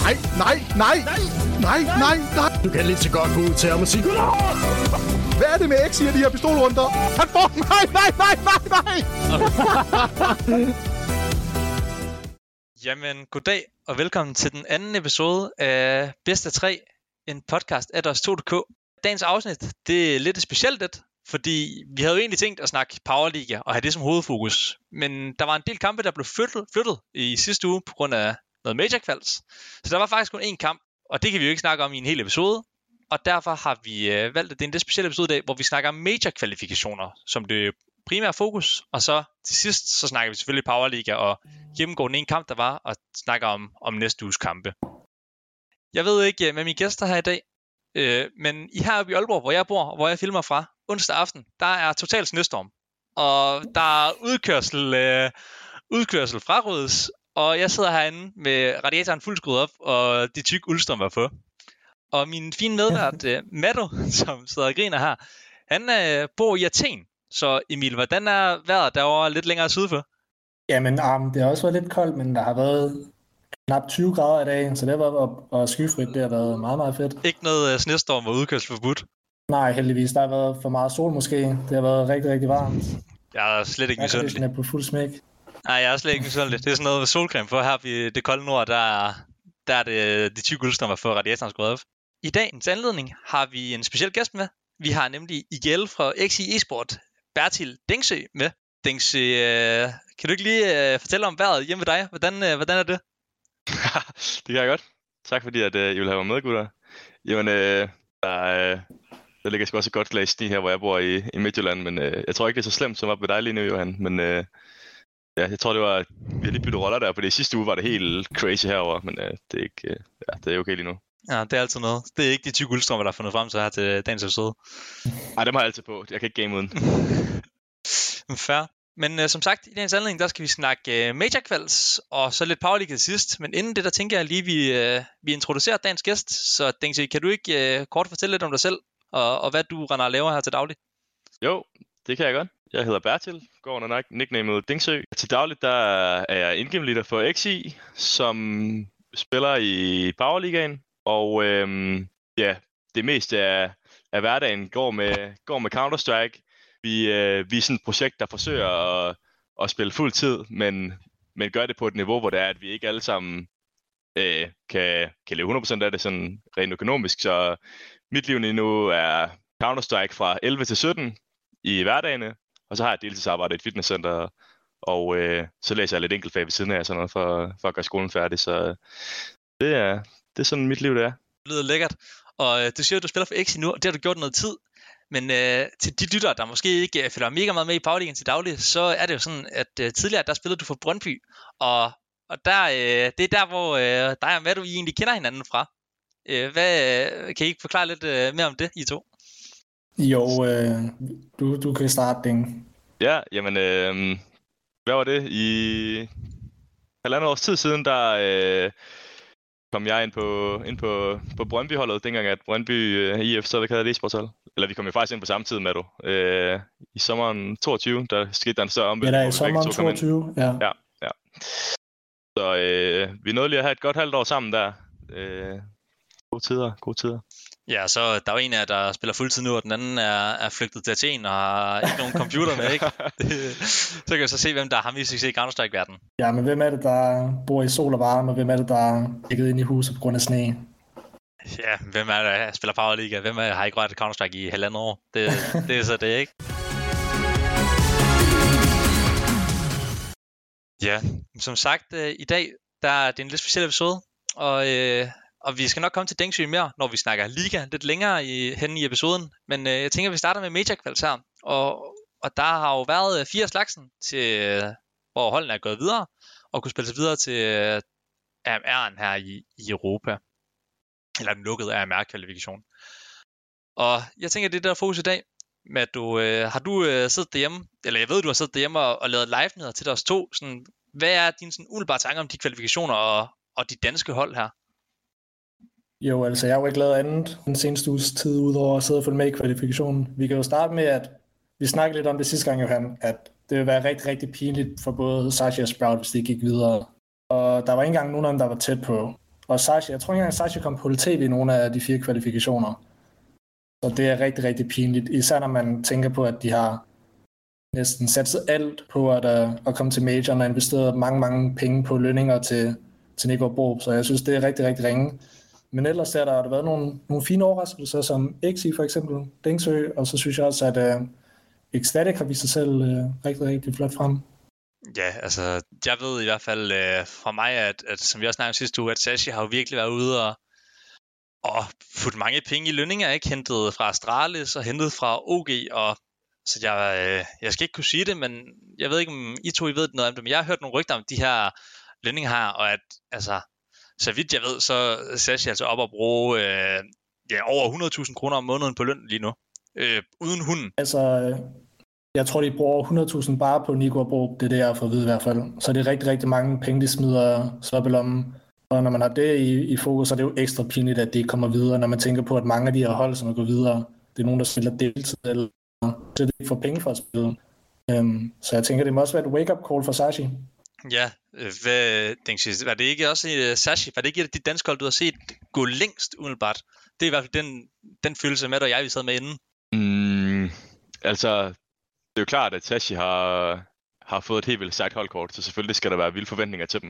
Nej. Du kan lige så godt gå ud til ham og sige goddag. Hvad er det med X i de her pistolrunder? Han får... Nej. Jamen, goddag og velkommen til den anden episode af Bedst af 3, en podcast af DOS2.dk. Dagens afsnit, det er lidt specielt lidt, fordi vi havde jo egentlig tænkt at snakke Powerliga og have det som hovedfokus. Men der var en del kampe, der blev flyttet i sidste uge på grund af noget major-kvalds. Så der var faktisk kun én kamp, og det kan vi jo ikke snakke om i en hel episode. Og derfor har vi valgt, at det er en lidt speciel episode i dag, hvor vi snakker om major-kvalifikationer som det primære fokus. Og så til sidst, så snakker vi selvfølgelig Powerliga og gennemgår den ene kamp, der var, og snakker om næste uges kampe. Jeg ved ikke med mine gæster her i dag, men I heroppe i Aalborg, hvor jeg bor, og hvor jeg filmer fra, onsdag aften, der er total snestorm. Og der er udkørsel frarådes, og jeg sidder herinde med radiatoren fuldt skruet op, og de tykke uldstrømper på. Og min fine medvært, Matto, som sidder og griner her, han bor i Athen. Så Emil, hvordan er vejret derovre lidt længere sydfor? Jamen, det har også været lidt koldt, men der har været knap 20 grader i dag, så det var skyfrit. Det har været meget, meget fedt. Ikke noget snestorm og udkørsel forbudt? Nej, heldigvis. Der har været for meget sol måske. Det har været rigtig, rigtig varmt. Jeg er slet ikke misundelig. Jeg er på fuld smæk. Nej, jeg er slet ikke misundelig. Det er sådan noget med solcreme for. Her i det kolde nord, der er det de 20 guldstrømmer for radiatoren skruet op. I dagens anledning har vi en speciel gæst med. Vi har nemlig IGL fra XI Esport, Bertil Dengsø med. Dengsø, kan du ikke lige fortælle om vejret hjemme ved dig? Hvordan er det? Det kan jeg godt. Tak fordi at I vil have mig med, gutter. Jamen, der ligger sgu også et godt glas sne her, hvor jeg bor i Midtjylland, men jeg tror ikke, det er så slemt som op ved dig lige nu, Johan. Men ja, jeg tror, vi har lige byttet roller der, for det sidste uge var det helt crazy herover, men det er ikke, det er okay lige nu. Ja, det er altid noget. Det er ikke de 20 guldstrømmer, der er fundet frem til her til dagens episode. Nej, dem har jeg altid på. Jeg kan ikke game uden. Fair. Men som sagt, i dagens anledning, der skal vi snakke major-kvalds, og så lidt Powerliga til sidst. Men inden det, der tænker jeg lige, vi introducerer dagens gæst. Så Dengsø, kan du ikke kort fortælle lidt om dig selv, og hvad du render og laver her til daglig? Jo, det kan jeg godt. Jeg hedder Bertil, går under nicknamet Dengsø. Til dagligt, der er jeg in-game leader for XI, som spiller i Powerligaen. Og ja, det meste af hverdagen går med Counter-Strike. Vi er sådan et projekt, der forsøger at spille fuld tid, men gør det på et niveau, hvor det er, at vi ikke alle sammen kan leve 100% af det sådan rent økonomisk. Så mit liv lige nu er Counter-Strike fra 11 til 17 i hverdagene, og så har jeg deltidsarbejde i et fitnesscenter, og så læser jeg lidt enkeltfag ved siden af sådan noget for at gøre skolen færdig. Så det er sådan mit liv, det er. Det lyder lækkert, og du siger, at du spiller for XI nu, og det har du gjort noget tid. Men til de lyttere, der måske ikke følger mega meget med i Powerligaen til daglig, så er det jo sådan, at tidligere der spillede du for Brøndby, og der, det er der, hvor dig og Matto I egentlig kender hinanden fra. Kan I ikke forklare lidt mere om det, I to? Jo, du kan starte den. Ja, jamen, hvad var det? I halvandet års tid siden, der kom jeg ind på Brøndby-holdet, dengang at Brøndby IF stadigvæk havde et e-sportshold. Eller vi kom jo faktisk ind på samme tid, Matto. I sommeren 22, der skete der en større omvæltning. Ja, der i sommeren 22, ja. Ja. Så vi nåede lige at have et godt halvt år sammen der. Gode tider. Ja, så der er jo en af jer, der spiller fuldtid nu, og den anden er flygtet til Athen og har ikke nogen computer med, ikke? Så kan vi så se, hvem der har mest succes i Counter-Strike-verdenen. Ja, men hvem er det, der bor i sol og varme, og hvem er det, der er dækket ind i huset på grund af sne? Ja, hvem er det, der spiller Powerliga? Hvem har ikke rørt Counter-Strike i 1,5 år? Det er så det, ikke? Ja, som sagt, i dag der er det en lidt speciel episode, og vi skal nok komme til Dengsø mere, når vi snakker liga lidt længere henne i episoden. Men jeg tænker, at vi starter med major-kvalds her. Og der har jo været 4 slagsen, hvor holdene er gået videre, og kunne spille sig videre til AMR'en her i Europa. Eller den lukkede AMR-kvalifikation. Og jeg tænker, det er der fokus i dag. Med at har du siddet derhjemme, eller jeg ved, du har siddet derhjemme og lavet live-nyheder til os to. Sådan, hvad er dine sådan umiddelbare tanker om de kvalifikationer og de danske hold her? Jo, altså jeg har jo ikke lavet andet den seneste uges tid, udover at sidde og følge med i kvalifikationen. Vi kan jo starte med, at vi snakkede lidt om det sidste gang, Johan, at det ville være rigtig, rigtig pinligt for både Sachi og Sprout, hvis de gik videre. Og der var ikke engang nogen af dem, der var tæt på. Og Sashi, jeg tror ikke engang, Sashi kom på tv i nogle af de 4 kvalifikationer. Så det er rigtig, rigtig pinligt. Især når man tænker på, at de har næsten satset alt på at komme til majoren og investeret mange, mange penge på lønninger til Nico Borup. Så jeg synes, det er rigtig, rigtig ringe. Men ellers der har der været nogle fine overraskelser, som XI for eksempel, Dingsø, og så synes jeg også, at Ecstatic har vist sig selv rigtig, rigtig flot frem. Ja, altså, jeg ved i hvert fald fra mig, at som vi også snakkede sidste uge, at Sashi har jo virkelig været ude og putte mange penge i lønninger, ikke? Hentet fra Astralis og hentet fra OG, og så jeg skal ikke kunne sige det, men jeg ved ikke, om I ved noget om det, men jeg har hørt nogle rygter om de her lønninger her, og at, altså, så vidt jeg ved, så er Sashi altså op at bruge over 100.000 kroner om måneden på løn lige nu, uden hunden. Altså, jeg tror, de bruger 100.000 bare på Nico Borup, det er det, jeg har fået at vide i hvert fald. Så det er rigtig, rigtig mange penge, de smider op i lommen. Og når man har det i fokus, så er det jo ekstra pinligt, at det ikke kommer videre, når man tænker på, at mange af de her hold, som er gået videre, det er nogen, der spiller deltid, eller så det får penge for at spille. Så jeg tænker, det må også være et wake-up call for Sashi. Ja, var det ikke også Sashi, var det ikke et af de danske hold, du har set gå længst umiddelbart? Det er i hvert fald den følelse med, og jeg vi sad med inden. Altså, det er jo klart, at Sashi har fået et helt vildt stærkt holdkort, så selvfølgelig skal der være vilde forventninger til dem.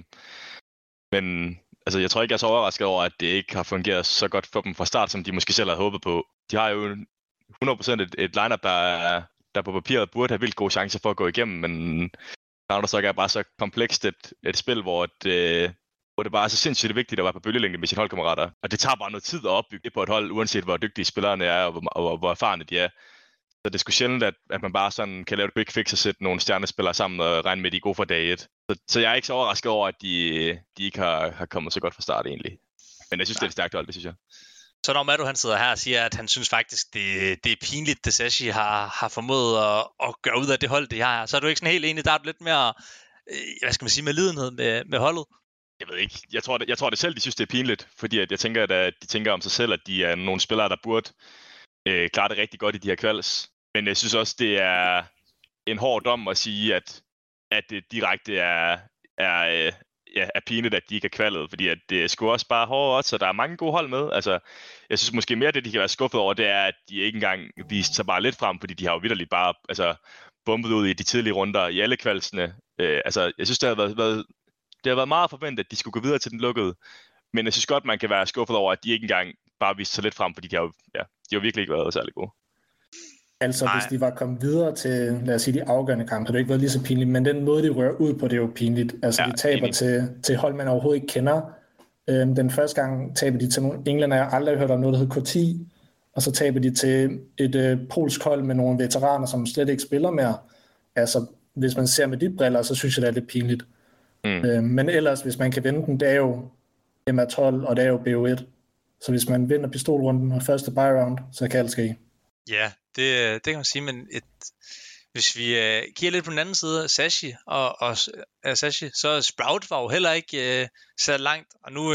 Men altså, jeg tror ikke, jeg er så overrasket over, at det ikke har fungeret så godt for dem fra start, som de måske selv havde håbet på. De har jo 100% et lineup, der på papiret burde have vildt gode chancer for at gå igennem, men Counter-Strike er bare så komplekst et spil, hvor det bare er så sindssygt vigtigt at være på bølgelængde med sine holdkammerater. Og det tager bare noget tid at opbygge det på et hold, uanset hvor dygtige spillerne er, og hvor erfarne de er. Så det er sgu sjældent, at man bare sådan kan lave et quick fix og sætte nogle stjernespillere sammen og regne med, at de er gode for dag 1. Så jeg er ikke så overrasket over, at de ikke har kommet så godt fra start egentlig. Men jeg synes, det er et stærkt hold, det synes jeg. Så når Madu han sidder her og siger, at han synes faktisk, det er pinligt, det Sashi har formået at gøre ud af det hold, det har, så er du ikke sådan helt enig, der er du lidt mere, hvad skal man sige, med lidenhed med holdet? Jeg ved ikke. Jeg tror det selv, de synes, det er pinligt, fordi at jeg tænker, at de tænker om sig selv, at de er nogle spillere, der burde klare det rigtig godt i de her kvalds. Men jeg synes også, det er en hård dom at sige, at det direkte er pinligt, at de ikke er kvalet, fordi at det er sgu også bare hårdt odds, så der er mange gode hold med. Altså, jeg synes måske mere, det de kan være skuffet over, det er, at de ikke engang viste sig bare lidt frem, fordi de har jo vitterligt bare bumpet ud i de tidlige runder i alle kvaldsene. Jeg synes, det har været meget forventet, at de skulle gå videre til den lukkede, men jeg synes godt, man kan være skuffet over, at de ikke engang bare viste sig lidt frem, fordi de har virkelig ikke været særlig gode. Altså, hvis de var kommet videre til, lad os sige, de afgørende kampe, det har ikke været lige så pinligt, men den måde, de rører ud på, det er jo pinligt. Altså, de taber til hold, man overhovedet ikke kender. Den første gang taber de til nogle englænder, jeg aldrig har hørt om noget, der hedder K10, og så taber de til et polsk hold med nogle veteraner, som slet ikke spiller mere. Altså, hvis man ser med de briller, så synes jeg, det er lidt pinligt. Men ellers, hvis man kan vinde den, det er jo MR12, og det er jo BO1. Så hvis man vinder pistolrunden og første buy round, så kan alt ske. Ja, det kan man sige, men hvis vi kigger lidt på den anden side af Sashi, og Sashi, så Sprout var jo heller ikke sat langt, og nu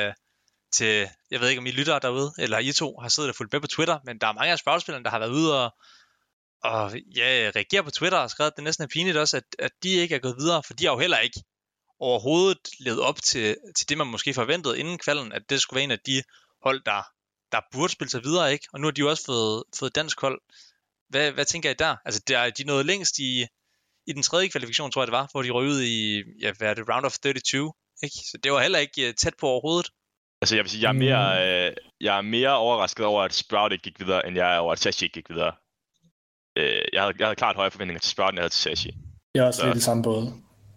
jeg ved ikke om I lytter derude, eller I to har siddet og fulgt med på Twitter, men der er mange af Sprout-spillerne, der har været ude og reagere på Twitter og skrevet, at det næsten er pinligt også, at de ikke er gået videre, for de har jo heller ikke overhovedet levet op til det, man måske forventede inden kvalden, at det skulle være en af de hold, der burde spille sig videre, ikke? Og nu har de jo også fået dansk hold. Hvad tænker I der? Altså, de nåede længst i den tredje kvalifikation, tror jeg det var, hvor de røg ud i, hvad er det, round of 32, ikke? Så det var heller ikke tæt på overhovedet. Altså, jeg vil sige, jeg er mere overrasket over, at Sprout ikke gik videre, end jeg er over, at Sashi ikke gik videre. Jeg havde klart høje forventninger til Sprout, end jeg havde til Sashi. Jeg er også lidt i samme båd.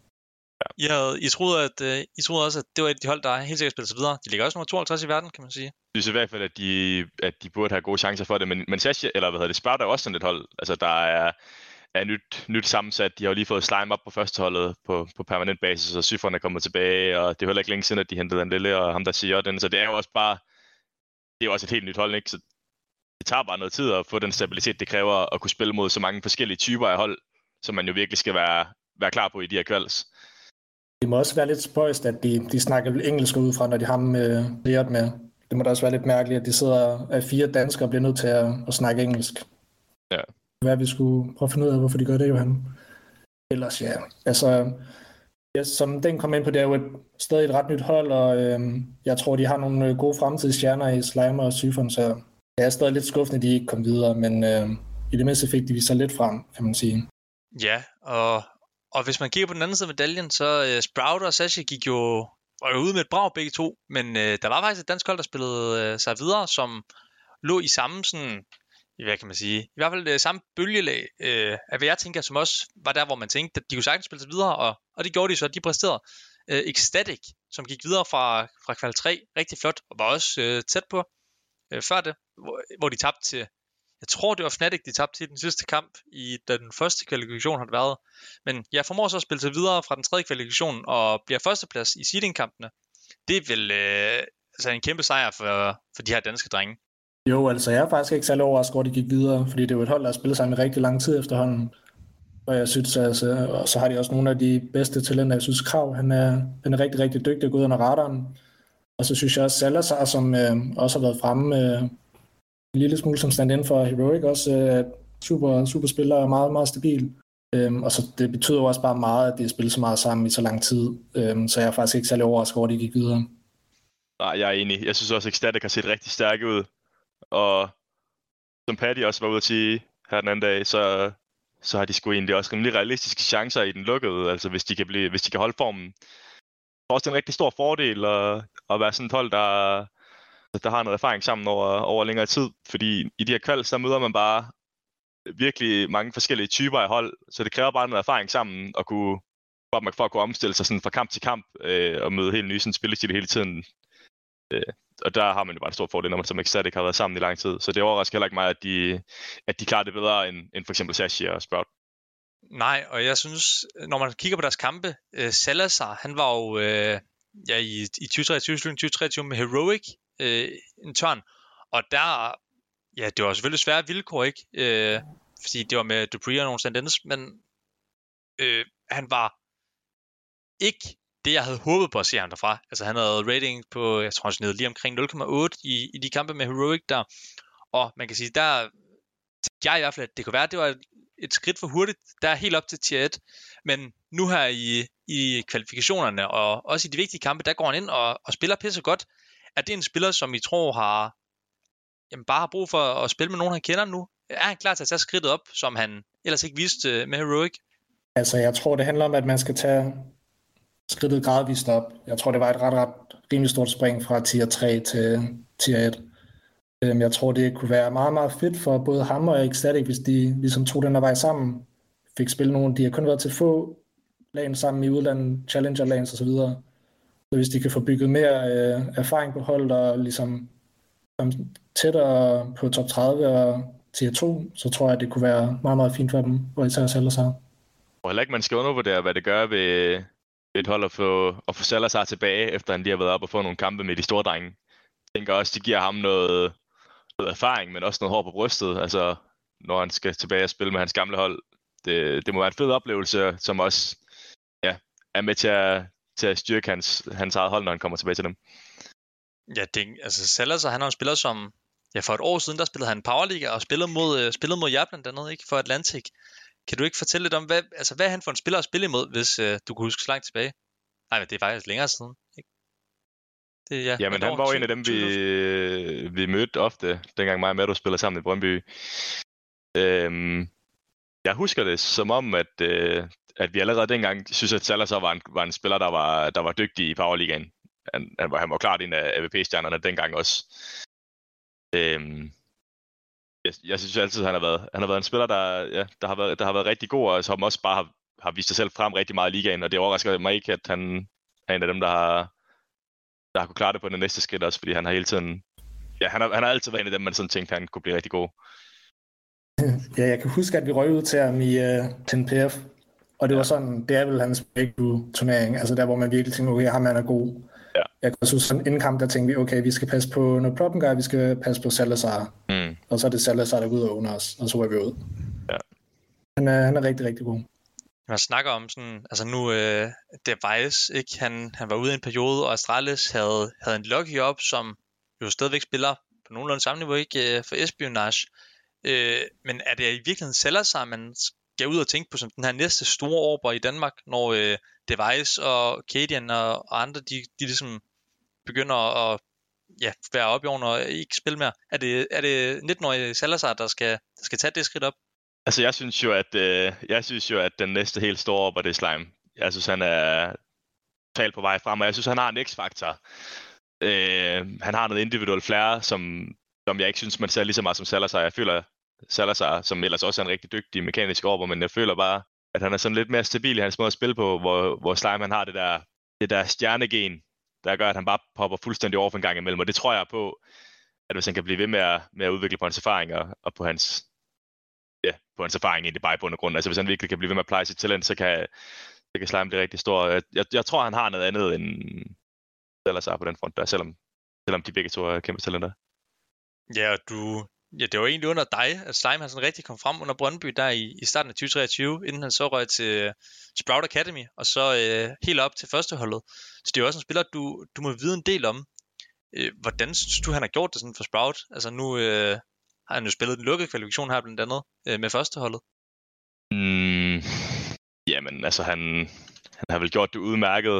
Ja. I troede også, at det var et af de hold, der helt sikkert spillede sig videre. De ligger også nummer 52 i verden, kan man sige. Jeg synes i hvert fald, at de burde have gode chancer for det, men Sashi, eller Sprout er også sådan et hold. Altså, der er nyt sammensat. De har jo lige fået Slime op på førsteholdet på permanent basis, og Syfren er kommet tilbage, og det er heller ikke længe siden, at de hentede en lille, og ham der siger den. Så det er jo også bare, det er jo også et helt nyt hold, ikke? Så det tager bare noget tid at få den stabilitet, det kræver at kunne spille mod så mange forskellige typer af hold, som man jo virkelig skal være klar på i de her kvalds. Det må også være lidt spøjst, at de snakker engelsk udefra, når de har med. Det må da også være lidt mærkeligt, at de sidder af 4 danskere og bliver nødt til at snakke engelsk. Ja. Hvad vi skulle prøve at finde ud af, hvorfor de gør det, Johan. Ellers ja, altså Ja, som den kom ind på, det er jo stadig et ret nyt hold, og jeg tror, de har nogle gode fremtidsstjerner i Slimer og Syfon, så jeg er stadig lidt skuffende, at de ikke kom videre, men i det mindste fik de vist sig lidt frem, kan man sige. Ja, og hvis man kigger på den anden side af medaljen, så Sprout og Sashi var jo ude med et brag begge to, men der var faktisk et dansk hold, der spillede sig videre, som lå i samme sådan, hvad kan man sige, i hvert fald samme bølgelag af hvad jeg tænker, som også var der, hvor man tænkte, at de kunne sagtens spille sig videre, og det gjorde de så, de præsterede. Ecstatic, som gik videre fra kval 3, rigtig flot, og var også tæt på før det, hvor de tabte til, jeg tror det var Fnatic, de tabte til den sidste kamp i den første kvalifikation har det været, men jeg formår så at spille sig videre fra den tredje kvalifikation og bliver førsteplads i seedingkampene. Det er vel altså en kæmpe sejr for de her danske drenge. Jo, altså jeg er faktisk ikke særlig overrasket over, at de gik videre, fordi det er jo et hold, der har spillet sammen i rigtig lang tid efterhånden. Og jeg synes altså, og så har de også nogle af de bedste talenter. Jeg synes Krav, han er rigtig, rigtig dygtig og går ud under radaren. Og så synes jeg også Salazar, som også har været fremme en lille smule som stand-in for Heroic, også super spiller og meget, meget stabil. Og så det betyder også bare meget, at de har spillet så meget sammen i så lang tid. Så jeg er faktisk ikke særlig overrasket over, at de gik videre. Nej, jeg er enig. Jeg synes også, at Ecstatic har set rigtig stærk ud. Og som Patty også var ude at sige her den anden dag, så har de sgu egentlig også rimelig realistiske chancer i den lukkede, altså hvis de kan holde formen. Det er også en rigtig stor fordel at være sådan et hold, der har noget erfaring sammen over længere tid, fordi i de her kvalds, der møder man bare virkelig mange forskellige typer af hold, så det kræver bare noget erfaring sammen for at kunne omstille sig sådan fra kamp til kamp og møde helt nye sådan spillestil hele tiden. Og der har man jo bare en stor fordel, når man som Ecstatic har været sammen i lang tid. Så det overrasker heller ikke mig, at de klarer det bedre end for eksempel Sashi og Sprout. Nej, og jeg synes, når man kigger på deres kampe, Salazar, han var jo i 2023 med Heroic en turn, og der, ja, det var selvfølgelig svære vilkår, ikke? Fordi det var med Dupree og nogle stand-ins, men han var ikke det, jeg havde håbet på at se ham derfra. Altså han havde rating på, jeg tror han lige omkring 0,8 i de kampe med Heroic der, og man kan sige, der tænkte jeg i hvert fald, at det kunne være, at det var et skridt for hurtigt, der er helt op til tier 1, men nu her i kvalifikationerne, og også i de vigtige kampe, der går han ind og spiller pisse godt. Er det en spiller, som I tror bare har brug for at spille med nogen, han kender nu? Er han klar til at tage skridtet op, som han ellers ikke viste med Heroic? Altså jeg tror, det handler om, at man skal tage skridtet gradvist op. Jeg tror, det var et rimelig stort spring fra tier 3 til tier 1. Jeg tror, det kunne være meget, meget fedt for både ham og Ecstatic, hvis de ligesom tog den der vej sammen. Fik spillet nogen. De har kun været til få lagen sammen i udlandet, Challenger lanes og så videre. Så hvis de kan få bygget mere erfaring på holdet og ligesom komme tættere på top 30 og tier 2, så tror jeg, det kunne være meget, meget fint for dem, hvor især Salazar. Og heller ikke, man skal undervurdere, hvad det gør ved et hold at få Salazar tilbage, efter han lige har været op og få nogle kampe med de store drenge. Jeg tænker også, det giver ham noget erfaring, men også noget hår på brystet, altså når han skal tilbage og spille med hans gamle hold. Det må være en fed oplevelse, som også er med til at styrke hans eget hold, når han kommer tilbage til dem. Ja, altså Salazar, han er en spiller, som for et år siden, der spillede han Powerliga og spillede mod jer blandt andet, ikke, for Atlantic. Kan du ikke fortælle lidt om, hvad er han for en spiller at spille imod, hvis du kunne huske så langt tilbage? Nej, men det er faktisk længere siden, ikke? Men han var jo en af dem, vi mødte ofte, dengang mig og Matto spillede sammen i Brøndby. Jeg husker det som om, at vi allerede dengang synes, at Salazar var en spiller, der var dygtig i Powerligaen. Han var klart en af AVP-stjernerne dengang også. Jeg synes altid, han har været en spiller, der har været rigtig god, og som også bare har vist sig selv frem rigtig meget i ligaen, og det overrasker mig ikke, at han er en af dem, der har kunne klare det på den næste skridt også, fordi han har hele tiden, han har altid været en af dem, man sådan tænkte, han kunne blive rigtig god. Ja, jeg kan huske, at vi røg ud til ham i TNPF, og det var sådan, det er vel hans breakthrough-turnering, altså der, hvor man virkelig tænker, okay, ham er god. Ja. Jeg kan også huske sådan en kamp, der tænkte vi, okay, vi skal passe på noget problem guy, vi skal passe på Salazar. Og så er det Salazar, der går ud og under os, og så er vi ud. Ja. Han er rigtig, rigtig god. Man snakker om sådan, altså nu Device, ikke? Han var ude i en periode, og Astralis havde en Lucky op, som jo stadigvæk spiller på nogenlunde samme niveau, ikke, for Espionage. Men er det i virkeligheden Salazar, man gav ud og tænkte på som den her næste store orber i Danmark, når Device og Cadian og andre, de ligesom begynder at være op i årene og ikke spille mere. Er det 19-årige Salazar, der skal tage det skridt op? Altså, jeg synes jo, at den næste helt store orber, det er Slime. Jeg synes, han er totalt på vej frem, og jeg synes, han har en x-faktor. Han har noget individuelt flair, som jeg ikke synes, man ser lige så meget som Salazar. Jeg føler Salazar, som ellers også er en rigtig dygtig mekanisk orber, men jeg føler bare, at han er sådan lidt mere stabil i hans måde at spille på, hvor Slime han har det der stjernegen, der gør, at han bare popper fuldstændig over for en gang imellem. Og det tror jeg på, at hvis han kan blive ved med at udvikle på hans erfaringer og på hans erfaring egentlig bare i bund og grund. Altså hvis han virkelig kan blive ved med at pleje sit talent, så kan Slime blive rigtig stor. Jeg tror, han har noget andet end Salazar på den front der, selvom de begge to er kæmpe talenter. Ja, det var egentlig under dig, at Slime han sådan rigtig kom frem under Brøndby der i starten af 2023, inden han så røg til Sprout Academy, og så helt op til førsteholdet. Så det er jo også en spiller, du må vide en del om. Hvordan synes du, han har gjort det sådan for Sprout? Altså nu har han jo spillet den lukkede kvalifikation her blandt andet med førsteholdet. Jamen, altså han har vel gjort det udmærket.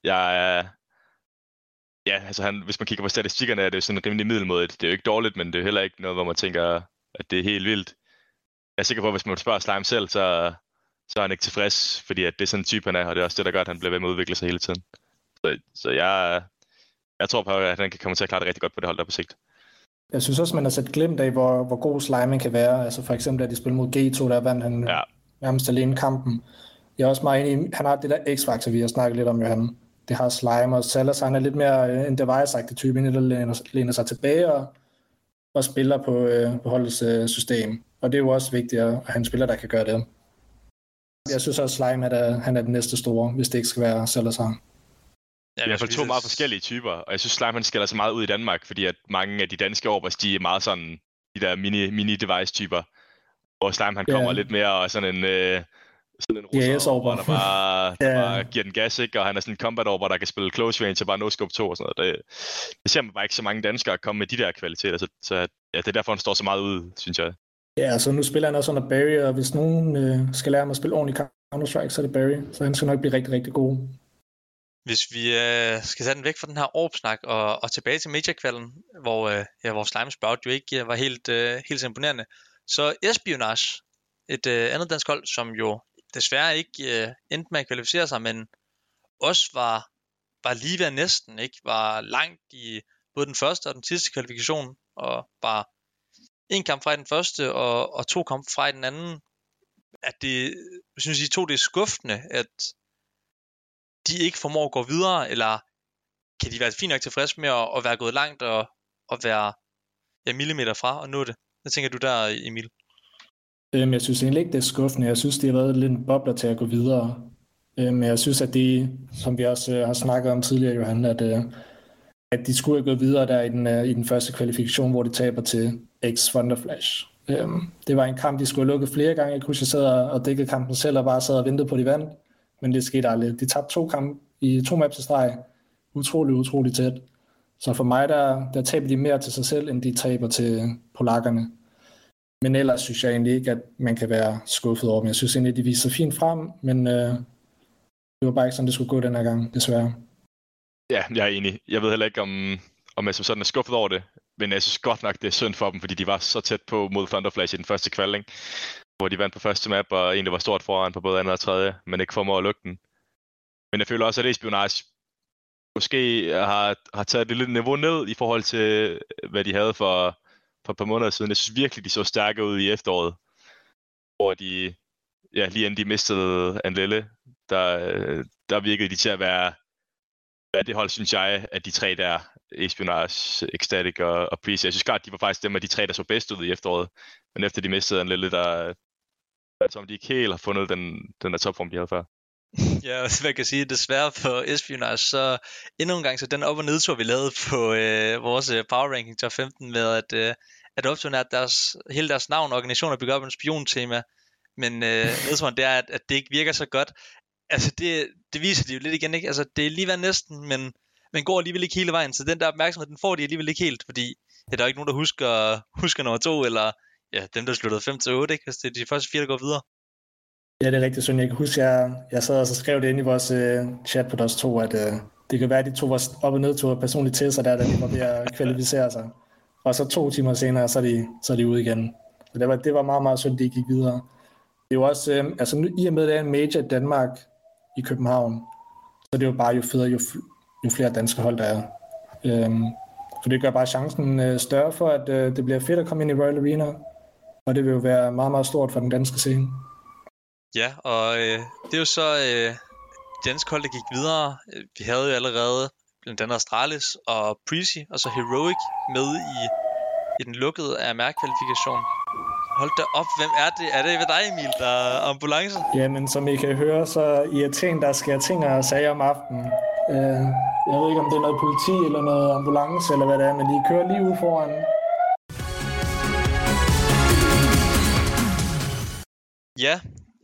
Hvis man kigger på statistikkerne, er det jo sådan rimelig middelmådigt. Det er jo ikke dårligt, men det er heller ikke noget, hvor man tænker, at det er helt vildt. Jeg er sikker på, at hvis man spørger Slime selv, så er han ikke tilfreds, fordi at det er sådan en type, han er, og det er også det, der gør, at han bliver ved med at udvikle sig hele tiden. Så jeg tror på, at han kan komme til at klare det rigtig godt på det hold der på sigt. Jeg synes også, man har sat glimt af, hvor god Slime kan være. Altså for eksempel, at de spiller mod G2, der vandt han nærmest alene kampen. Jeg er også meget enig i, han har det der x-faktor, vi har snakket lidt om, Johan. Det har Slime, og Salazar er lidt mere en device-agtig type, der læner sig tilbage og spiller på holdets system. Og det er jo også vigtigt at have en spiller, der kan gøre det. Jeg synes også, Slime han er den næste store, hvis det ikke skal være Salazar. Ja, i hvert fald to meget forskellige typer, og jeg synes, Slime han skiller sig meget ud i Danmark, fordi at mange af de danske orbers, de er meget sådan, de der mini-device-typer, hvor Slime han kommer lidt mere og sådan en russer-orber, der bare giver den gas, ikke? Og han er sådan en combat-orber, der kan spille close range og bare no-scope 2 og sådan noget. Det ser man bare ikke så mange danskere komme med de der kvaliteter, så det er derfor, han står så meget ud, synes jeg. Ja, så nu spiller han også under Barry, og hvis nogen skal lære ham at spille ordentligt Counter-Strike, så er det Barry, så han skal nok blive rigtig, rigtig god. Hvis vi skal tage den væk fra den her Orb-snak og tilbage til Major-kvalden, hvor Slime Sprout jo ikke var helt så imponerende, så Espionage, et andet dansk hold, som jo desværre ikke endte med at kvalificere sig, men også var lige ved næsten, ikke? Var langt i både den første og den sidste kvalifikation, og bare en kamp fra i den første og 2 kampe fra i den anden. At det, jeg synes I to, det er skuffende, at de ikke formår at gå videre, eller kan de være fint nok tilfredse med at være gået langt og være millimeter fra og nå det? Hvad tænker du der, Emil? Jeg synes egentlig ikke, det er skuffende. Jeg synes, det har været lidt en bobler til at gå videre. Men jeg synes, at det, som vi også har snakket om tidligere, Johan, at de skulle have gået videre der i den første kvalifikation, hvor de taber til X Wonderflash. Det var en kamp, de skulle have lukket flere gange. Jeg kunne jeg sad og dækkede kampen selv og bare sad og ventede på, de vandt. Men det skete aldrig. De tabte 2 kampe i 2 maps i streg. Utrolig tæt. Så for mig, der taber de mere til sig selv, end de taber til polakkerne. Men ellers synes jeg egentlig ikke, at man kan være skuffet over dem. Jeg synes egentlig, at de viser fint frem, men det var bare ikke sådan, det skulle gå den her gang, desværre. Ja, jeg er enig. Jeg ved heller ikke, om jeg som sådan er skuffet over det, men jeg synes godt nok, det er synd for dem, fordi de var så tæt på mod Thunderflash i den første kvaling, hvor de vandt på første map, og egentlig var stort foran på både anden og tredje, men ikke formår at lukke den. Men jeg føler også, at Espionage måske har taget det lidt niveau ned i forhold til, hvad de havde for et par måneder siden. Jeg synes virkelig, de så stærke ud i efteråret, hvor de, lige inden de mistede Anlelle, der virkede de til at være det hold, synes jeg, at de 3 der, Espionage, Ecstatic og Priest. Jeg synes godt, de var faktisk dem af de 3, der så bedst ud i efteråret. Men efter de mistede Anlelle, som de ikke helt har fundet den der topform, de havde før. Ja, hvad kan jeg sige, desværre for Espionage, så endnu en gang, så den op- og nedtur, vi lavede på vores Power Ranking Top 15 med, at opturen er, at hele deres navn og organisation er bygget op en spiontema, men nedturen det er, at det ikke virker så godt. Altså det viser de jo lidt igen, ikke? Altså det er lige været næsten, men går alligevel ikke hele vejen, så den der opmærksomhed, den får de alligevel ikke helt, fordi der er ikke nogen, der husker nummer 2, eller dem, der sluttede 5-8, ikke? Altså det er de første 4, der går videre. Ja, det er rigtig synd. Jeg kan huske, jeg sad og så skrev det ind i vores chat på DOS 2, at det kan være, at de to var op- og nedtur personligt til sig, da de var ved at kvalificere sig. Og så 2 timer senere, så er de ude igen. Så det var meget, meget synd, de gik videre. Det er jo også, altså nu, i og med, at det er en major i Danmark i København, så er det jo bare jo federe, jo flere danske hold der er. For det gør bare chancen større for, at det bliver fedt at komme ind i Royal Arena, og det vil jo være meget, meget stort for den danske scene. Ja, og det er jo så dansk hold, der gik videre. Vi havde jo allerede blandt andet Astralis og Prezi, og så Heroic med i den lukkede AMR-kvalifikation. Hold da op, hvem er det? Er det ved dig, Emil, der er ambulance? Jamen, som I kan høre, så i Athen, der sker ting og sager om aftenen. Jeg ved ikke, om det er noget politi eller noget ambulance, eller hvad det er, men de kører lige ud foran. Ja,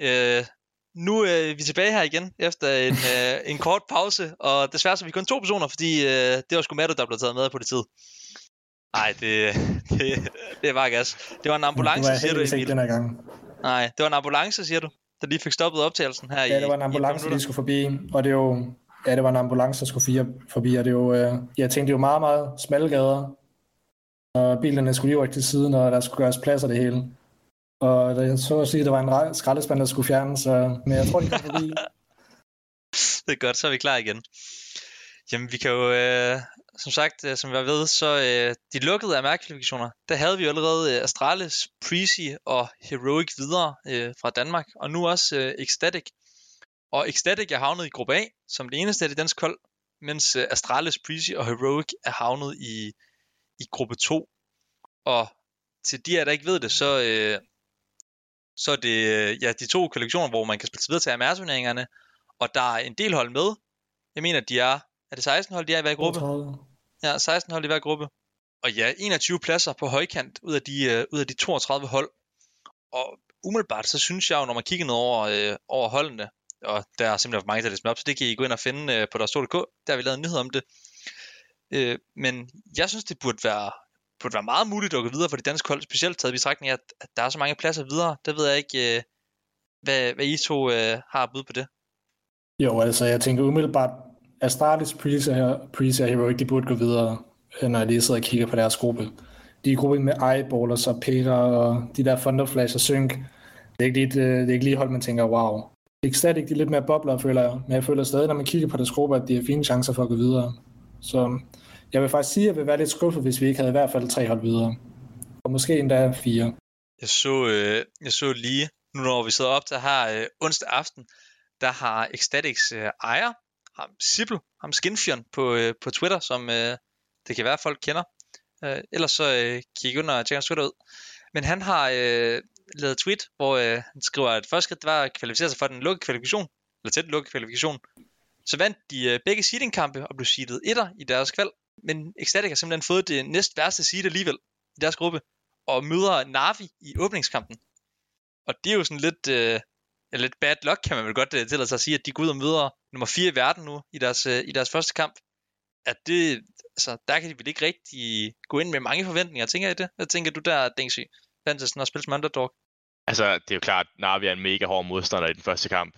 nu er vi tilbage her igen efter en kort pause, og desværre så er vi kun 2 personer, fordi det var sgu Matto, der blev taget med af politiet. Nej, det er bare gas. Det var en ambulance, siger du, Emil? Den her gang. Nej, det var en ambulance, siger du, der lige fik stoppet optagelsen her. Ja, det var en ambulance, der lige skulle forbi, og det er jo... Ja, det var en ambulance, der skulle forbi, og det er jo... Jeg tænkte, det er jo meget, meget smalle gader, og bilerne skulle lige rykke til siden, og der skulle gøres plads af det hele. Og jeg så at sige, at der var en skraldespand, der skulle fjernes, men jeg tror, de kom forbi. Det er godt, så er vi klar igen. Jamen, vi kan jo, som sagt, som jeg ved, så de lukkede AMR-kvalifikationer, der havde vi jo allerede Astralis, Prezi og Heroic videre fra Danmark, og nu også Ecstatic. Og Ecstatic er havnet i gruppe A, som det eneste af det danske hold, mens Astralis, Prezi og Heroic er havnet i gruppe 2. Og til de af der ikke ved det, så er det de 2 kvalifikationer, hvor man kan spille videre til AMR-turneringerne, og der er en del hold med. Jeg mener, de er det 16 hold, de er i hver gruppe? Ja, 16 hold i hver gruppe. Og ja, 21 pladser på højkant ud af de 32 hold. Og umiddelbart, så synes jeg jo, når man kigger ned over holdene, og der er simpelthen for mange, der læser op, så det kan I gå ind og finde på deres.dk. Der har vi lavet en nyhed om det. Men jeg synes, det burde være meget muligt at gå videre for de danske hold, specielt taget i betragtning af, at der er så mange pladser videre. Der ved jeg ikke, hvad I to har at byde på det. Jo, altså jeg tænker umiddelbart, Astralis, Prezi og Heroic, de burde gå videre, når jeg lige sidder og kigger på deres gruppe. De er i gruppe med Eyeballers og Pega og de der Thunderflash og Sync. Det er ikke lige hold, man tænker, wow. Ecstatic, de er lidt mere bobler, føler jeg. Men jeg føler stadig, når man kigger på deres gruppe, at de har fine chancer for at gå videre. Så jeg vil faktisk sige, at jeg vil være lidt skuffet, hvis vi ikke havde i hvert fald 3 hold videre. Og måske endda 4. Jeg så lige, nu når vi sidder op til her onsdag aften, der har Ecstatics ejer, ham Sibyl, ham Skinfjern på Twitter, som det kan være, folk kender. Ellers så kig under og tjekke hans Twitter ud. Men han har lavet tweet, hvor han skriver, at første skridt var at kvalificere sig for den lukkede kvalifikation, eller til den lukkede kvalifikation. Så vandt de begge seedingkampe og blev seedet 1'er i deres kval. Men Ecstatic har simpelthen fået det næst værste seed alligevel i deres gruppe, og møder Na'Vi i åbningskampen. Og det er jo sådan lidt bad luck, kan man vel godt tillade sig at sige, at de går ud og møder nummer 4 i verden nu i deres første kamp. At det, altså, der kan de vel ikke rigtig gå ind med mange forventninger, tænker I det? Hvad tænker du der, Dingsy? Vant til sådan at spille som underdog? Altså, det er jo klart, at Na'Vi er en mega hård modstander i den første kamp.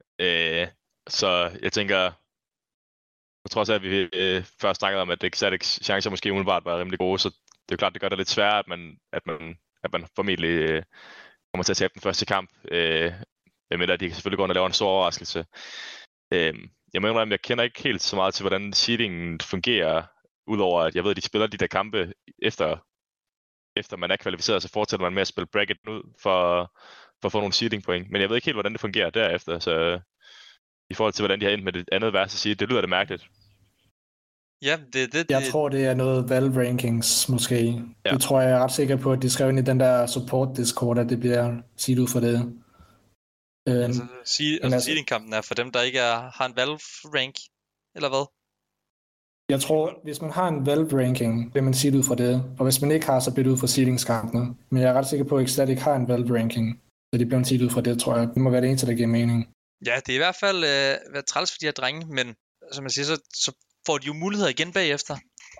Så jeg tænker, jeg tror også, at vi først snakkede om, at Ecstatics chancer måske umiddelbart var rimelig gode, så det er jo klart, det gør det lidt sværere, at man formentlig kommer til at tabe den første kamp. Men at de kan selvfølgelig gå ind og lave en stor overraskelse. Jeg må indrømme, jeg kender ikke helt så meget til, hvordan seedingen fungerer, udover at jeg ved, at de spiller de der kampe efter man er kvalificeret, så fortsætter man med at spille bracket ud for at få nogle seeding point. Men jeg ved ikke helt, hvordan det fungerer derefter, så i forhold til, hvordan de har endt med det andet værste seed, det lyder det mærkeligt. Ja, Jeg tror, det er noget Valve Rankings, måske. Ja. Det tror jeg er ret sikker på, at de skrev ind i den der support Discord, at det bliver seedet ud for det. Altså seedingkampen er for dem, der ikke har en Valve rank, eller hvad? Jeg tror, hvis man har en Valve ranking, bliver man seedet ud for det. Og hvis man ikke har, så bliver det ud for seedingskampene. Men jeg er ret sikker på, at Ecstatic har en Valve ranking. Så de bliver seedet ud for det, tror jeg. Det må være det eneste, der giver mening. Ja, det er i hvert fald været træls for de her drenge, men som jeg siger, så får de jo muligheder igen bagefter,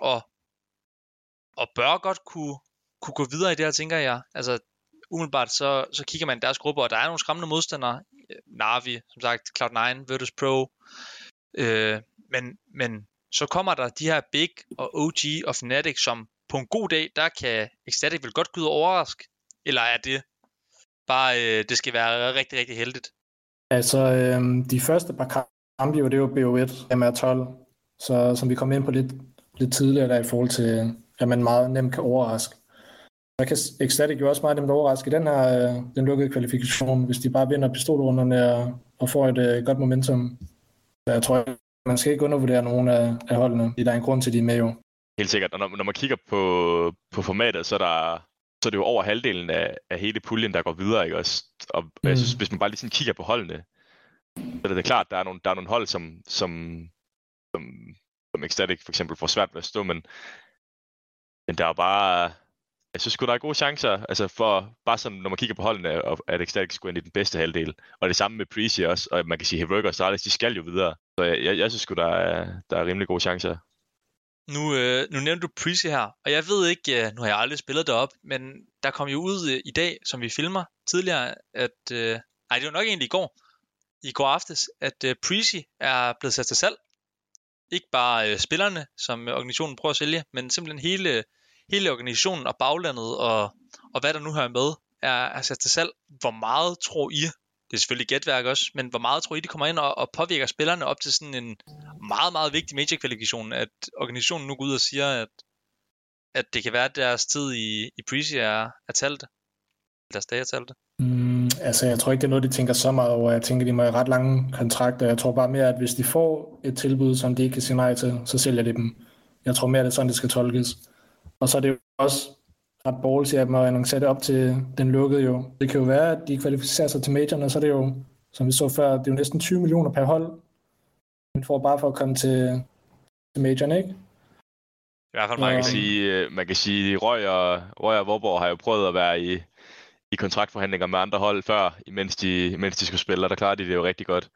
og bør godt kunne gå videre i det her, tænker jeg. Altså umiddelbart, så kigger man i deres grupper, og der er nogle skræmmende modstandere. Na'Vi, som sagt, Cloud9, Virtus Pro. Men så kommer der de her Big og OG og Fnatic, som på en god dag, der kan Ecstatic vel godt gå ud og overraske. Eller er det bare, det skal være rigtig, rigtig heldigt? Altså, de første par kampe, det er jo BO1, MR12, så som vi kom ind på lidt tidligere der i forhold til, at man meget nemt kan overraske. Så kan Ecstatic jo også meget nemt overraske den lukkede kvalifikation, hvis de bare vinder pistolrunderne og får et godt momentum. Så jeg tror, man skal ikke undervurdere nogen af holdene, fordi der er en grund til, de er med jo. Helt sikkert, og når man kigger på formatet, så er det jo over halvdelen af hele puljen, der går videre, ikke også? Og jeg synes, hvis man bare lige sådan kigger på holdene, så er det klart, at der er nogle hold, som Ecstatic for eksempel får svært ved at stå, men der er bare, jeg synes sgu, der er gode chancer, altså for, bare sådan, når man kigger på holdene, at Ecstatic skulle ind i den bedste halvdel, og det samme med Prezi også, og man kan sige, Heroic og Stralis, de skal jo videre, så jeg synes sgu, der er rimelig gode chancer. Nu nævnte du Prezi her, og jeg ved ikke, nu har jeg aldrig spillet derop, men der kom jo ud i dag, som vi filmer tidligere, at, det var nok egentlig i går aftes, at Prezi er blevet sat til salg. Ikke bare spillerne, som organisationen prøver at sælge, men simpelthen hele organisationen og baglandet og hvad der nu hører med, er sat til salg. Hvor meget tror I, det er selvfølgelig gætværk også, men hvor meget tror I, de kommer ind og påvirker spillerne op til sådan en meget, meget vigtig major-kvalifikation, at organisationen nu går ud og siger, at det kan være, at deres tid i Prezi er talte? Deres dage er talte? Altså, jeg tror ikke, det er noget, de tænker så meget over. Jeg tænker, de må have ret lange kontrakter. Jeg tror bare mere, at hvis de får et tilbud, som de ikke kan sige nej til, så sælger de dem. Jeg tror mere, det er sådan, det skal tolkes. Og så er det jo også ret ballsy, at man annoncerer det op til den lukkede jo. Det kan jo være, at de kvalificerer sig til majorerne, så er det jo, som vi så før, det er jo næsten 20 millioner per hold. Man får bare for at komme til majorerne, ikke? I hvert fald man kan sige, Røg og Vorborg har jo prøvet at være i kontraktforhandlinger med andre hold før, imens de skulle spille, og der klarer de det jo rigtig godt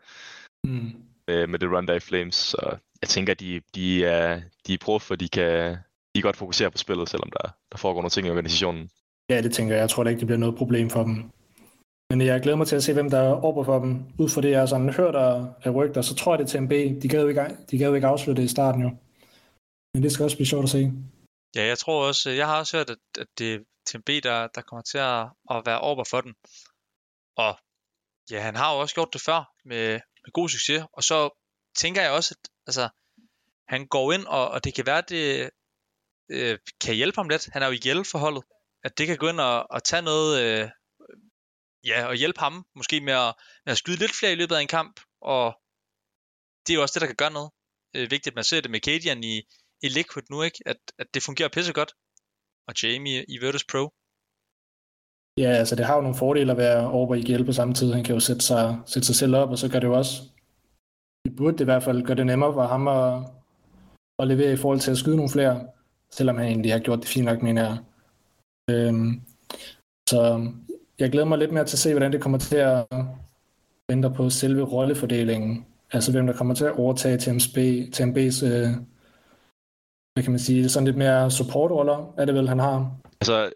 med det Run Die Flames. Så jeg tænker, de er prof, for de kan godt fokusere på spillet, selvom der foregår nogle ting i organisationen. Ja, det tænker jeg. Jeg tror da ikke, det bliver noget problem for dem. Men jeg glæder mig til at se, hvem der er oppe for dem. Ud fra det, jeg har sådan hørt af rygter, så tror jeg, det er TMB. De gad jo ikke afslutte det i starten jo. Men det skal også blive sjovt at se. Ja, jeg har også hørt, at det er TMB, der kommer til at være oppe for den. Og ja, han har jo også gjort det før med god succes. Og så tænker jeg også, at altså, han går ind, og det kan være, at det kan hjælpe ham lidt. Han er jo i hjælpeforholdet. At det kan gå ind og tage noget, og hjælpe ham måske med at skyde lidt flere i løbet af en kamp. Og det er jo også det, der kan gøre noget. Vigtigt, at man ser det med Cadian i Liquid nu, ikke? At det fungerer pissegodt. Og Jamie i Virtus Pro. Ja, altså det har jo nogle fordele at være over i hjælp på samme tid. Han kan jo sætte sig selv op, og så gør det jo også, det burde det i hvert fald gøre det nemmere for ham at levere i forhold til at skyde nogle flere, selvom han egentlig har gjort det fint nok, mener jeg. Så jeg glæder mig lidt mere til at se, hvordan det kommer til at ændre på selve rollefordelingen. Altså hvem der kommer til at overtage TMB's, hvad kan man sige, sådan lidt mere supportroller, er det vel, han har? Altså,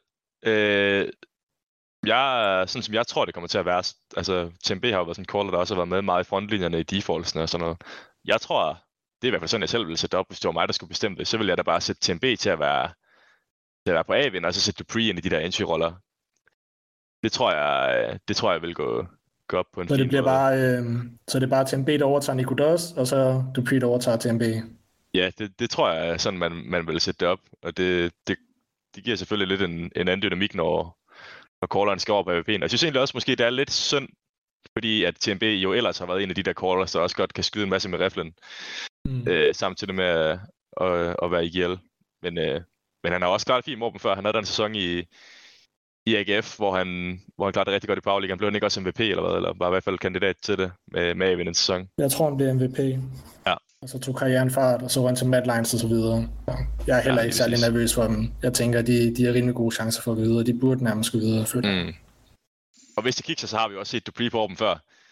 sådan som jeg tror, det kommer til at være, altså TMB har jo været sådan en caller, der også har været med meget i frontlinjerne i defaultsene og sådan noget. Jeg tror, det er i hvert fald sådan, jeg selv ville sætte op, hvis det var mig, der skulle bestemme det, så ville jeg da bare sætte TMB til at være på A-vind, og så sætte Dupree ind i de der entry-roller. Det tror jeg vil gå op på en så fin det måde. Så det er bare TMB, der overtager Nikodos, og så Dupree, der overtager TMB? Ja, det tror jeg er sådan, man vil sætte det op, og det giver selvfølgelig lidt en anden dynamik, når calleren skal over på AVP'en. Jeg synes egentlig også, måske det er lidt synd, fordi at TMB jo ellers har været en af de der callers, der også godt kan skyde en masse med riflen, samtidig med at være i GL. Men han har også klart fint morben før. Han havde den sæson i AGF, hvor han klarede det rigtig godt i Powerligaen. Blev han ikke også MVP eller hvad? Eller var i hvert fald kandidat til det med AV den sæson? Jeg tror, han blev MVP. Ja. Og så tog karrieren fart, og så var han til Mad Lions og så videre. Jeg er heller ikke særlig nervøs for dem. Jeg tænker, de har rimelig gode chancer for at gå videre. De burde nærmest gå videre og flytte. Og hvis det kigger, så har vi også set Dupree på dem før.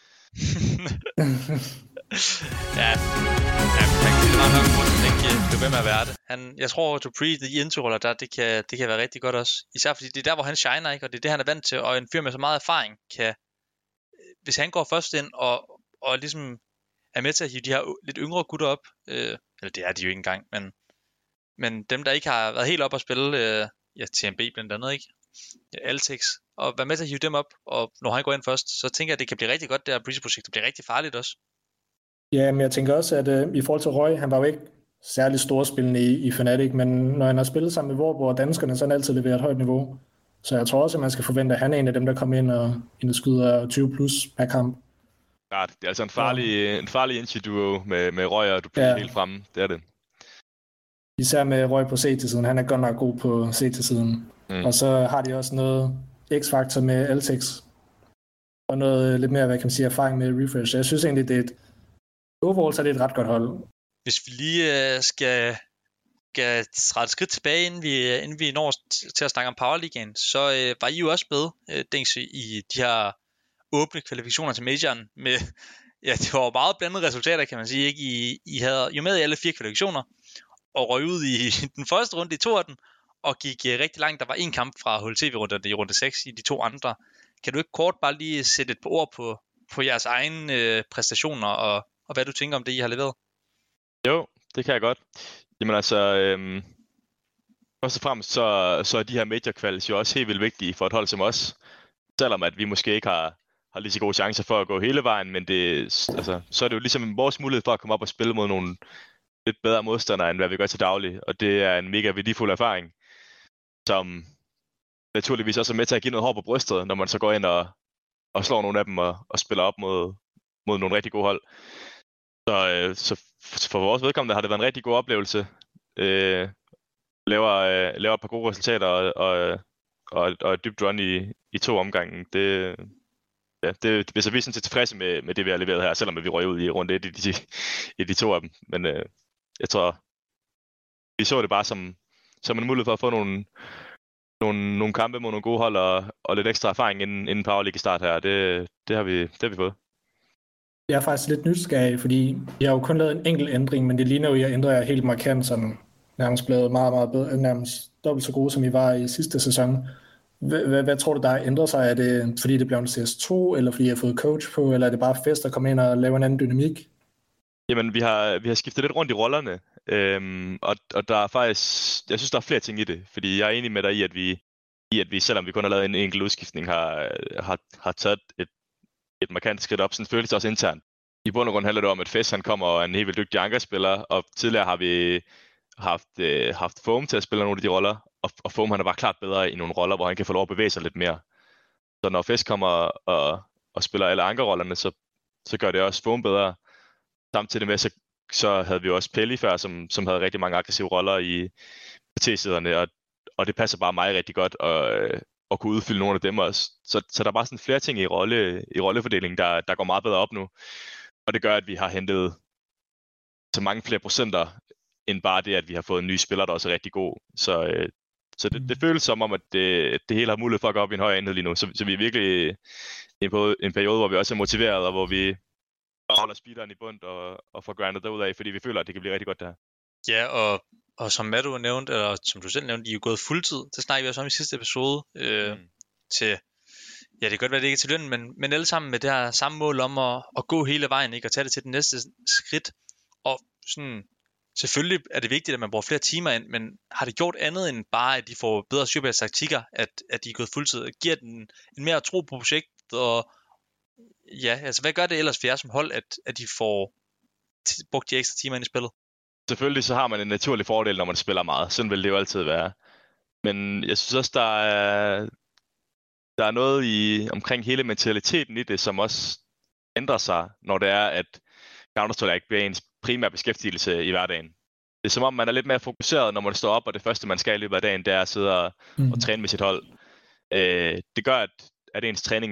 Ja, det var nok grund til ikke blive ved med at være det. Jeg tror, at Dupree, de indtoroller der, det kan være rigtig godt også. Især fordi det er der, hvor han shiner, ikke? Og det er det, han er vant til. Og en fyr med så meget erfaring kan hvis han går først ind og ligesom er med til at hive de her lidt yngre gutter op, eller det er de jo ikke engang, men dem, der ikke har været helt op at spille, TMB blandt andet, ikke? Altex, og være med til at hive dem op, og når han går ind først, så tænker jeg, at det kan blive rigtig godt, det her Breezy-projekt. Det bliver rigtig farligt også. Ja, men jeg tænker også, at i forhold til Røg, han var jo ikke særlig storspillende i Fnatic, men når han har spillet sammen med Vorborg og danskerne, så har han altid leveret et højt niveau. Så jeg tror også, at man skal forvente, at han er en af dem, der kommer ind og skyder 20 plus per kamp. Ja, det er altså en farlig indie-duo med Røg og du bliver helt fremme. Det er det. Især med Røg på CT-siden. Han er godt nok god på CT-siden. Og så har de også noget X-faktor med Altex. Og noget lidt mere, hvad kan man sige, erfaring med Refresh. Jeg synes egentlig, det er overall, så er det et ret godt hold. Hvis vi lige skal træde skridt tilbage, inden vi når til at snakke om Powerligaen, så var I jo også med, Dingsø, i de her åbne kvalifikationer til majoren med, det var meget blandede resultater, kan man sige, ikke? I havde jo med i alle 4 kvalifikationer, og røg ud i den første runde i 2 af den, og gik rigtig langt. Der var en kamp fra HLTV-runde i runde 6 i de 2 andre. Kan du ikke kort bare lige sætte et par ord på jeres egne præstationer, og hvad du tænker om det, I har leveret? Jo, det kan jeg godt. Jamen altså, først og fremmest så er de her major quals jo også helt vildt vigtige for et hold som os. Selvom at vi måske ikke har lige så gode chancer for at gå hele vejen, men så er det jo ligesom vores mulighed for at komme op og spille mod nogle lidt bedre modstandere, end hvad vi gør til daglig. Og det er en mega værdifuld erfaring, som naturligvis også er med til at give noget hår på brystet, når man så går ind og slår nogle af dem og spiller op mod nogle rigtig gode hold. Så for vores vedkommende har det været en rigtig god oplevelse. Laver et par gode resultater og et dybt run i 2 omgange. Det er så vi sådan set tilfredse med det, vi har leveret her, selvom vi røg ud i runde 1 i de 2 af dem. Men jeg tror, vi så det bare som en mulighed for at få nogle kampe mod nogle gode hold og lidt ekstra erfaring inden Powerleague start her. Det har vi fået. Jeg er faktisk lidt nysgerrig, fordi jeg har jo kun lavet en enkelt ændring, men det ligner jo, at jeg ændrer jer helt markant, sådan nærmest blevet meget, meget bedre, nærmest dobbelt så gode, som I var i sidste sæson. Hvad tror du, der ændrer sig? Er det, fordi det bliver en CS2, eller fordi I har fået coach på, eller er det bare fest at komme ind og lave en anden dynamik? Jamen, vi har skiftet lidt rundt i rollerne, og der er faktisk, jeg synes, der er flere ting i det, fordi jeg er enig med dig i, at vi selvom vi kun har lavet en enkelt udskiftning, har taget et markant skridt op, sådan føles det også internt. I bund og grund handler det om, at Fest han kommer og er en helt vildt dygtig ankerspiller, og tidligere har vi haft Foam til at spille nogle af de roller, og Foam han er bare klart bedre i nogle roller, hvor han kan få lov at bevæge sig lidt mere. Så når Fest kommer og spiller alle ankerrollerne, så gør det også Foam bedre. Samtidig med, så havde vi også Pelli før, som havde rigtig mange aggressive roller i T-siderne, og det passer bare mig rigtig godt at kunne udfylde nogle af dem også. Så der er bare sådan flere ting i rollefordelingen, der går meget bedre op nu. Og det gør, at vi har hentet så mange flere procenter, end bare det, at vi har fået en ny spiller, der også er rigtig god. Så det føles som om, at det hele har mulighed for at gå op i en højere enhed lige nu. Så vi er virkelig i en periode, hvor vi også er motiveret, og hvor vi holder speederen i bund og får grindet derudad, fordi vi føler, at det kan blive rigtig godt det her. Ja, og som Madu nævnte, eller som du selv nævnte, I er jo gået fuldtid. Det snakker vi også om i sidste episode. Til, ja, det kan godt være, det ikke er til løn, men alle sammen med det her samme mål om at gå hele vejen, ikke, og tage det til den næste skridt. Og sådan, selvfølgelig er det vigtigt, at man bruger flere timer ind, men har det gjort andet end bare, at de får bedre styr på deres taktikker, at de er gået fuldtid? Giver den en mere tro på projektet, og ja, altså hvad gør det ellers for jer som hold, at de får brugt de ekstra timer ind i spillet? Selvfølgelig så har man en naturlig fordel, når man spiller meget. Sådan vil det jo altid være. Men jeg synes også, der er noget omkring hele mentaliteten i det, som også ændrer sig, når det er, at Counter-Strike ikke bliver ens primære beskæftigelse i hverdagen. Det er som om, man er lidt mere fokuseret, når man står op, og det første, man skal i løbet af dagen, det er at sidde og træne med sit hold. Det gør, at ens træning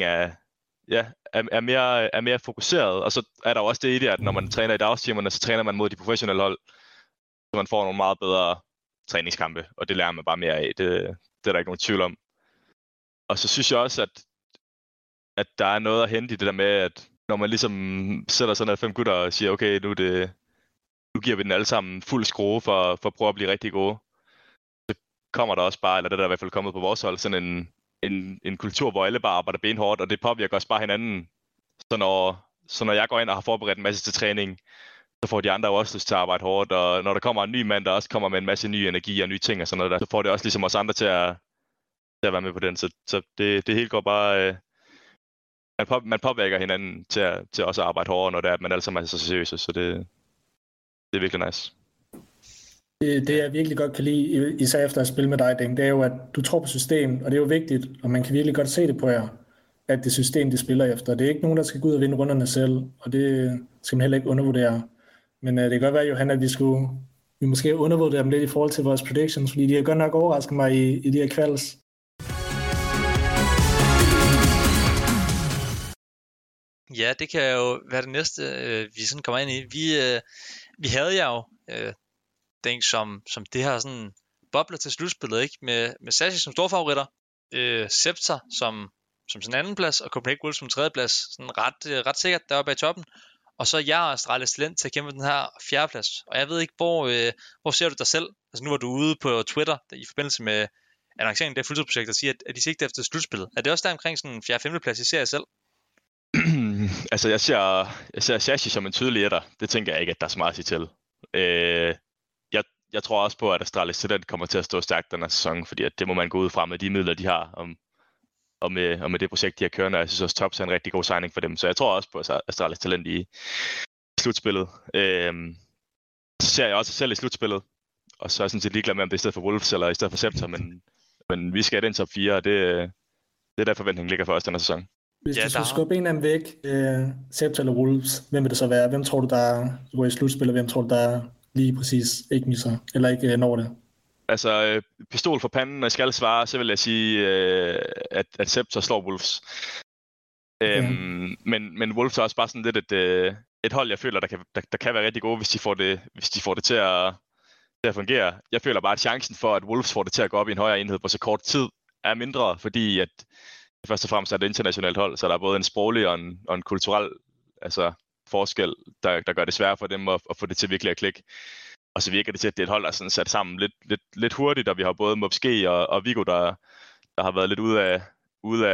er mere fokuseret, og så er der også det i det, at når man træner i dagstimerne, så træner man mod de professionelle hold, så man får nogle meget bedre træningskampe, og det lærer man bare mere af. Det er der ikke nogen tvivl om. Og så synes jeg også, at der er noget at hente i det der med, at når man ligesom sætter sådan 5 gutter og siger, okay, nu giver vi den alle sammen fuld skrue for at prøve at blive rigtig gode, så kommer der også bare, eller det der er i hvert fald kommet på vores hold, sådan en kultur, hvor alle bare arbejder benhårdt, og det påvirker også bare hinanden Så når jeg går ind og har forberedt en masse til træning, så får de andre jo også lyst til at arbejde hårdt, og når der kommer en ny mand, der også kommer med en masse ny energi og nye ting og sådan noget der, så får det også ligesom os andre til at være med på den. Så det hele går bare... Man påvirker hinanden til også at arbejde hårdere, når det er, at man alle sammen er så seriøse, så det er virkelig nice. Det jeg virkelig godt kan lide, især efter at spille med dig, Deng, det er jo, at du tror på systemet, og det er jo vigtigt, og man kan virkelig godt se det på jer, at det system, de spiller efter. Det er ikke nogen, der skal gå ud og vinde runderne selv, og det skal man heller ikke undervurdere. Men det kan godt være, Johan, at vi måske undervurdere dem lidt i forhold til vores predictions, fordi de har godt nok overrasket mig i de her kvalds. Ja, det kan jo være det næste, vi sådan kommer ind i. Vi havde jo som det her sådan bobler til slutspillet, ikke? Med Sashi som storfavoritter, Scepter som sådan anden plads, og Copenhagen Wolves som tredje plads, sådan ret sikkert deroppe i toppen. Og så jeg og Astralis Talent til at kæmpe den her fjerdeplads. Og jeg ved ikke, hvor ser du dig selv? Altså nu var du ude på Twitter i forbindelse med annonceringen af det fuldtidsprojekt og siger, at de sigter efter slutspillet. Er det også der omkring sådan en 4.-5. plads, I ser jer selv? Altså jeg ser Sashi som en tydelig etter. Det tænker jeg ikke, at der er så meget at sige til. Jeg tror også på, at Astralis Talent kommer til at stå stærkt den her sæson, fordi at det må man gå ud fra med de midler, de har, og med det projekt, de har kørende. Jeg synes også, Tops er en rigtig god signing for dem. Så jeg tror også på Astralis Talent i slutspillet. Så ser jeg også selv i slutspillet, og så er jeg sådan set ligeglad med, om det er i stedet for Wolves eller i stedet for Scepter, men vi skal have den top 4, og det er der forventningen ligger for os den her sæson. Hvis du skulle skubbe en af dem væk, Scepter eller Wolves, hvem vil det så være? Hvem tror du, der går i slutspillet, hvem tror du, der lige præcis ikke misser, eller ikke når det? Altså, pistol for panden, når jeg skal svare, så vil jeg sige, at Scepter slår Wolves. Men Wolves er også bare sådan lidt et hold, jeg føler, der kan være rigtig gode, hvis de får det til at fungere. Jeg føler bare, at chancen for, at Wolves får det til at gå op i en højere enhed på så kort tid, er mindre, fordi at først og fremmest er det et internationalt hold, så der er både en sproglig og en kulturel forskel, der gør det svært for dem at få det til virkelig at klikke. Og så virker det til, at det er et hold, der er sådan sat sammen lidt hurtigt, og vi har både Mopske og Viggo, der har været lidt ude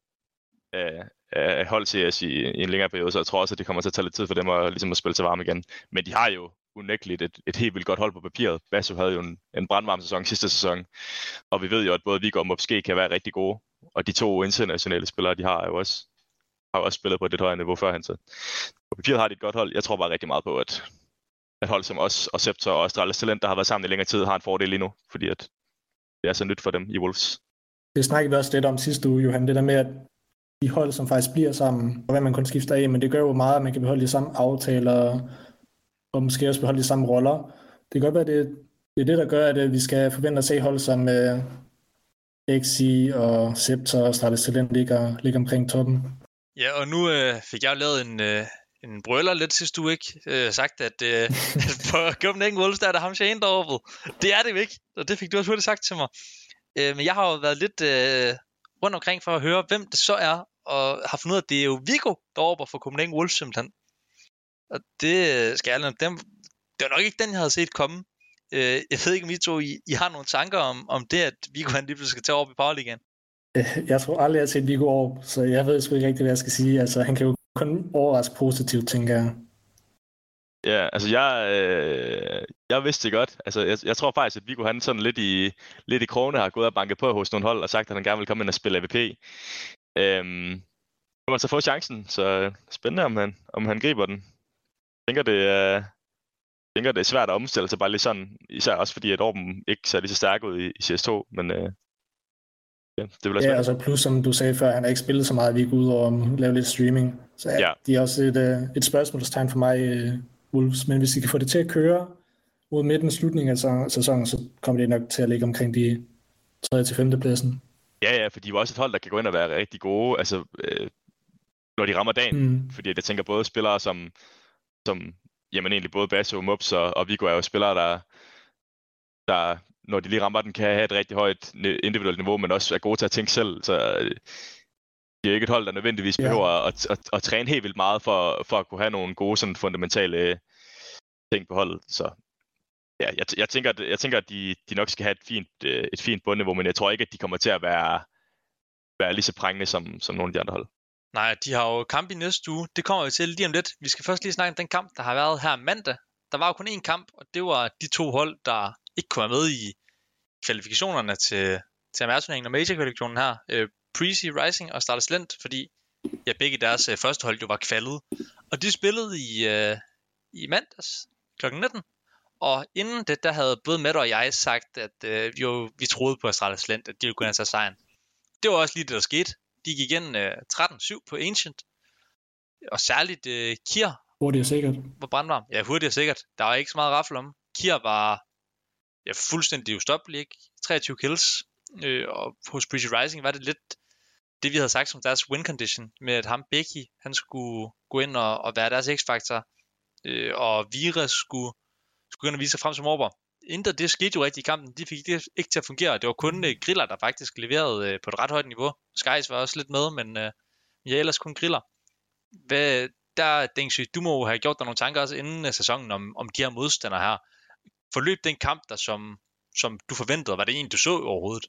af hold-CS i en længere periode, så jeg tror også, at det kommer til at tage lidt tid for dem at spille sig varme igen. Men de har jo unægteligt et helt vildt godt hold på papiret. Basso havde jo en brandvarm sæson sidste sæson, og vi ved jo, at både Viggo og Mopske kan være rigtig gode, og de to internationale spillere, de har jo også spillet på et lidt højere niveau førhen, så på papiret har de et godt hold. Jeg tror bare rigtig meget på, at hold som os og Scepter og Astralis Talent, der har været sammen i længere tid, har en fordel lige nu, fordi at det er så nyt for dem i Wolves. Det snakkede vi også lidt om sidste uge, Johan, det der med, at de hold, som faktisk bliver sammen, og hvad man kun skifter af, men det gør jo meget, at man kan beholde de samme aftaler, og måske også beholde de samme roller. Det kan godt være, det er det, der gør, at vi skal forvente at se hold som XI og Scepter og Astralis Talent ligger omkring toppen. Ja, og nu fik jeg jo lavet en brøler lidt sidste uge, ikke? Sagt, at på Copenhagen Wolves, der er der ham Shane deroppe. Det er det jo ikke, og det fik du også hurtigt sagt til mig. Men jeg har jo været lidt rundt omkring for at høre, hvem det så er, og har fundet ud af, at det er jo Viggo deroppe for Copenhagen Wolves simpelthen. Og det skal jeg det var nok ikke den, jeg havde set komme. Jeg ved ikke, om I har nogle tanker om det, at Viggo han lige pludselig skal tage over i Powerligaen. Jeg tror aldrig, jeg har set Viggo over, så jeg ved sgu ikke rigtig, hvad jeg skal sige. Altså, han kan jo kun overraske positivt, tænker jeg. Ja, altså jeg vidste det godt. Altså, jeg tror faktisk, at Viggo han sådan lidt i krogene har gået og banket på hos nogle hold og sagt, at han gerne vil komme ind og spille AVP. Nu må man så få chancen, så spændende, om han griber den. Jeg tænker, det er svært at omstille sig bare lidt sådan, især også fordi, at Orben ikke ser lige så stærk ud i CS2, men ja, det vil også være. Altså plus, som du sagde før, han har ikke spillet så meget Viggo ud over at lave lidt streaming. Så ja. De er også et spørgsmålstegn for mig, Wolves, men hvis de kan få det til at køre mod midten og slutningen af sæsonen, så kommer det nok til at ligge omkring de 3. til 5. pladsen. Ja, for de er jo også et hold, der kan gå ind og være rigtig gode, altså når de rammer dagen. Fordi jeg tænker både spillere som jamen egentlig både Basso, Mops og Viggo er jo spillere, der når de lige rammer den, kan have et rigtig højt individuelt niveau, men også er gode til at tænke selv. Så det er ikke et hold, der nødvendigvis behøver at træne helt vildt meget for at kunne have nogle gode sådan fundamentale ting på holdet. Så ja, jeg tænker, at de nok skal have et fint bundniveau, men jeg tror ikke, at de kommer til at være lige så prængende som nogle af de andre hold. Nej, de har jo kamp i næste uge. Det kommer vi til lige om lidt. Vi skal først lige snakke om den kamp, der har været her mandag. Der var jo kun én kamp, og det var de 2 hold, der ikke kunne være med i kvalifikationerne til Amager-turneringen og Major-kvalifikationen her. Prezi Rising og Starless Lent, fordi begge deres første hold jo var kvalet. Og de spillede i mandags kl. 19. Og inden det, der havde både Mette og jeg sagt, at vi troede på Starless Lent, at de ville kunne tage sejren. Det var også lige det, der skete. De gik igen 13-7 på Ancient. Og særligt Kier. Hurtigt og sikkert. Var brandvarm. Ja, hurtigt og sikkert. Der var ikke så meget raffel om. Kier var fuldstændig ustoppelig, ikke? 23 kills. Og hos Prezi Rising var det lidt det, vi havde sagt som deres win condition, med at ham Becky, han skulle gå ind og være deres x-faktor, og Vira skulle gå ind og vise sig frem som overborg. Inden det skete jo rigtigt i kampen, de fik det ikke til at fungere. Det var kun Griller, der faktisk leverede på et ret højt niveau. Skies var også lidt med, men jeg ellers kun Griller. Dingsy, du må have gjort dig nogle tanker også inden sæsonen om de her modstandere her. Forløb den kamp der, som du forventede, var det en, du så overhovedet?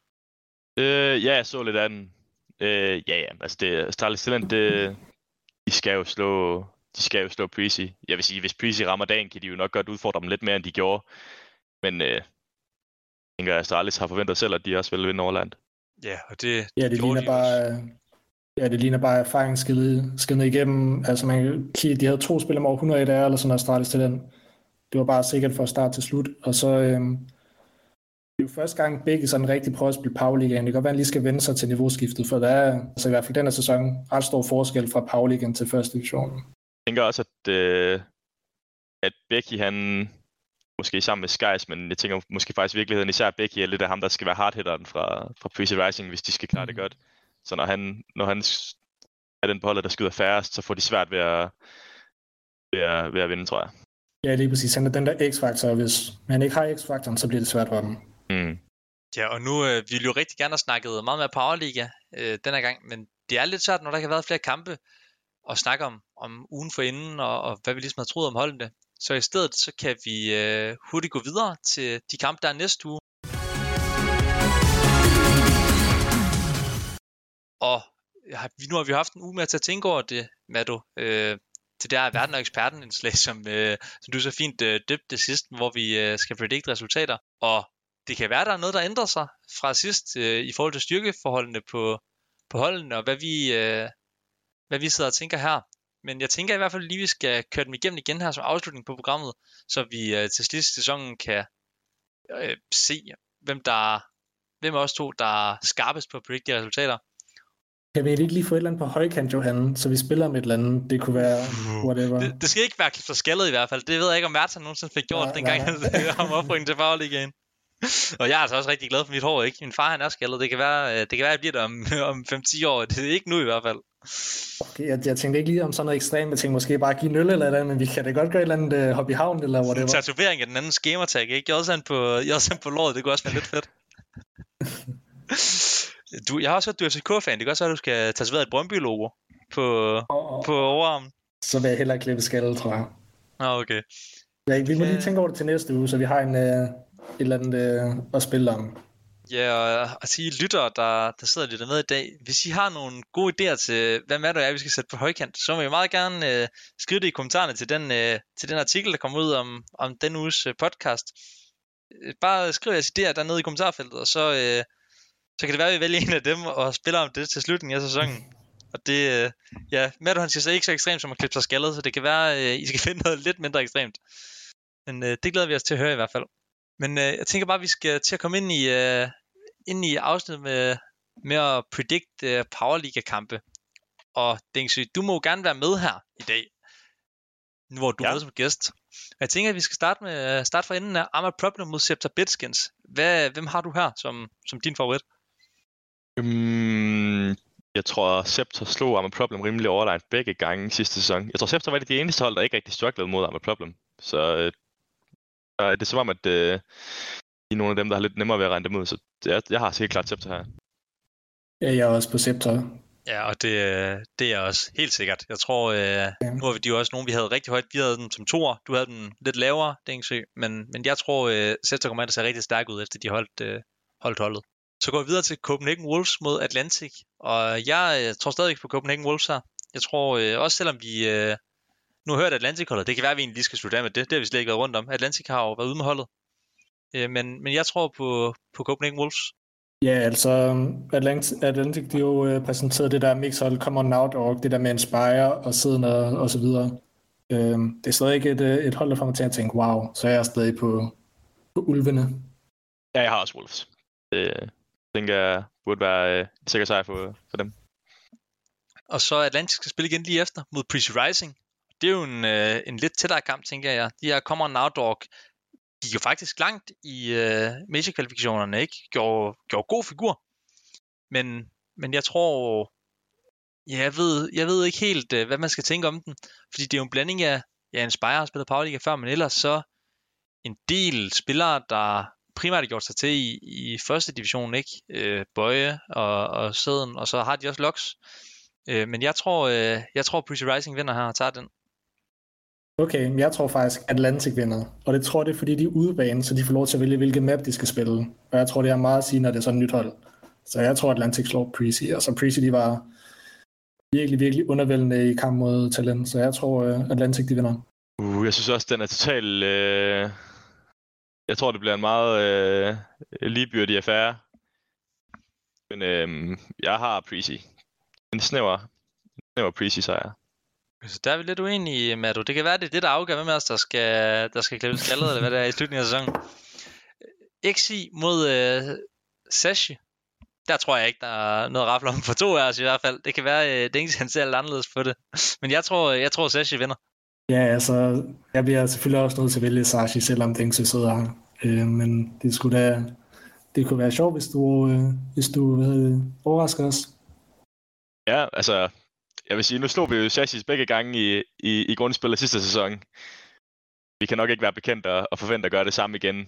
Ja, jeg så lidt af den. Altså det Starless Lent, de skal jo slå Prezi. Jeg vil sige, hvis Prezi rammer dagen, kan de jo nok godt udfordre dem lidt mere, end de gjorde. Men jeg tænker, at Starless har forventet selv, at de også vil vinde Overland. Ja, og det ligner bare... Ja, det ligner bare erfaring skinnet igennem. Altså de havde 2 spillere med over 100 ADR, eller sådan noget Starless til den. Det var bare sikkert fra start til slut. Og så det er jo første gang begge sådan rigtig prøver at spille Powerligaen. Det kan godt være, at han lige skal vende sig til niveauskiftet, for der er altså i hvert fald den her sæson ret stor forskel fra Powerligaen til første division. Jeg tænker også, at Becky, han måske sammen med Skies, men jeg tænker måske faktisk i virkeligheden især Becky er lidt af ham, der skal være hardhitteren fra Prezi Rising, hvis de skal klare det godt. Så når han er den på holdet, der skyder færrest, så får de svært ved at vinde, tror jeg. Ja, lige præcis. Han er den der X-faktor. Hvis man ikke har X-faktoren, så bliver det svært for dem. Mm. Ja, og nu vi ville jo rigtig gerne have snakket meget mere Powerliga denne gang, men det er lidt svært, når der kan have været flere kampe, at snakke om ugen forinden, og hvad vi ligesom havde troet om holdene. Så i stedet, så kan vi hurtigt gå videre til de kampe, der er næste uge. Og nu har vi haft en uge med at tage tænke over det, Maddo, til der Verden og Eksperten indslag, som du så fint døbte sidst, hvor vi skal predikte resultater. Og det kan være, der er noget, der ændrer sig fra sidst i forhold til styrkeforholdene på holdene, og hvad vi sidder og tænker her. Men jeg tænker i hvert fald lige, vi skal køre dem igennem igen her som afslutning på programmet, så vi til sidst i sæsonen kan se, hvem af os to, der er skarpest på at predikte resultater. Kan vi ikke lige få et eller andet på højkant, Johan, så vi spiller med et eller andet? Det kunne være whatever. Det skal ikke være klippet skaldet i hvert fald. Det ved jeg ikke, om Mertsen nogensinde fik gjort, dengang han ham oprykning til Powerligaen. Og jeg er altså også rigtig glad for mit hår, ikke? Min far, han er skaldet. Det kan være, at jeg bliver det om 5-10 år. Det er ikke nu i hvert fald. Okay, jeg tænkte ikke lige om sådan noget ekstremt. Jeg tænkte måske bare give nølle eller andet, men vi kan da godt gøre et eller andet hop i havn eller whatever. Tatovering af den anden schematag, ikke? Jeg også på låret, det kunne også være lidt fedt. Jeg har også hørt, du er FCK-fan. Det kan også være, at du skal tatovere et Brøndby-logo på overarmen. Så vil jeg hellere klippe skaldet, tror jeg. Okay. Ja, vi må lige tænke over det til næste uge, så vi har et eller andet at spille om. Ja, og til I lyttere, der sidder lidt med i dag. Hvis I har nogle gode idéer til, hvad med det vi skal sætte på højkant, så må I meget gerne skrive det i kommentarerne til den artikel, der kommer ud om den uges podcast. Bare skriv jeres idéer dernede i kommentarfeltet, og så kan det være, at vi vælger en af dem og spiller om det til slutningen af sæsonen. Og det, Maddo, han siger så ikke så ekstremt som at klippe sig skaldet, så det kan være, at I skal finde noget lidt mindre ekstremt. Men det glæder vi os til at høre i hvert fald. Men jeg tænker bare, at vi skal til at komme ind i afsnittet med at predikte Powerliga-kampe. Og Dingsy, du må gerne være med her i dag, nu hvor du er med som gæst. Og jeg tænker, at vi skal starte fra enden af Armored Problem mod Scepter Bitskins. Hvem har du her som din favorit? Jeg tror, Scepter slog Armored Problem rimelig overlegnet begge gange sidste sæson. Jeg tror, Scepter var det eneste hold, der ikke rigtig strugglede mod Armored Problem. Så det er som om, at de er nogle af dem, der har lidt nemmere ved at regne dem ud. Så jeg har sikkert klart Scepter her. Ja, jeg er også på Scepter. Ja, og det er også helt sikkert. Jeg tror, nu har de jo også nogen, vi havde rigtig højt. Vi havde dem som toer. Du havde dem lidt lavere, Dingsø. Men jeg tror, Scepter kommer til at se rigtig stærk ud, efter de holdt holdet. Så går vi videre til Copenhagen Wolves mod Atlantic, og jeg tror stadig på Copenhagen Wolves her. Jeg tror også, selvom vi nu har hørt Atlantic-holdet, det kan være, at vi egentlig lige skal slutte af med det. Det har vi slet ikke været rundt om. Atlantic har jo været ude med holdet. Men jeg tror på Copenhagen Wolves. Ja, altså Atlantic, de jo præsenteret det der mixhold, Common Outdog, det der med Inspire og Siden og så videre. Det er stadig ikke et hold, der får mig til at tænke, wow, så er jeg stadig på ulvene. Ja, jeg har også Wolves. Det tænker jeg burde være en sikker sejr for dem. Og så Atlantic skal spille igen lige efter mod Prissy Rising. Det er jo en lidt tættere kamp, tænker jeg. De her Common Outdog, de gik faktisk langt i Major-kvalifikationerne, ikke? Gjorde god figur. Men jeg tror... Ja, jeg ved ikke helt, hvad man skal tænke om den. Fordi det er jo en blanding af... Ja, Inspire har spillet Powerliga før, men ellers så en del spillere, der primært har gjort sig til i første division, ikke? Bøje og Sæden, og så har de også Lux. Men jeg tror Prissy Rising vinder her og tager den. Okay, men jeg tror faktisk Atlantic vinder. Og det tror jeg, det er fordi de er udebane, så de får lov til at vælge, hvilket map de skal spille. Og jeg tror, det er meget at sige, når det er sådan et nyt hold. Så jeg tror, Atlantic slår Prissy. Og så Prissy, de var virkelig, virkelig undervældende i kamp mod Talent. Så jeg tror, Atlantic, de vinder. Jeg synes også, den er total... Jeg tror, det bliver en meget ligebyrdig affære. Men jeg har Prissy. En snæver Prissy-sejr. Så der er vi lidt uenige, Maddo. Det kan være, det er det, der afgør, hvem af os, der skal klippe skaldet, eller hvad det er i slutningen af sæsonen. XI mod Sashi. Der tror jeg ikke, der er noget rafle om for to af os i hvert fald. Det kan være, Dings han ser lidt anderledes på det. Men jeg tror Sashi vinder. Ja, altså, jeg bliver selvfølgelig også nødt til at vælge Sashi, selvom Dings sidder her. Men det kunne være sjovt, hvis du overrasker os. Ja, altså... Jeg vil sige, nu slog vi jo Sashis begge gange i grundspillet sidste sæson. Vi kan nok ikke være bekendt og forvente at gøre det samme igen.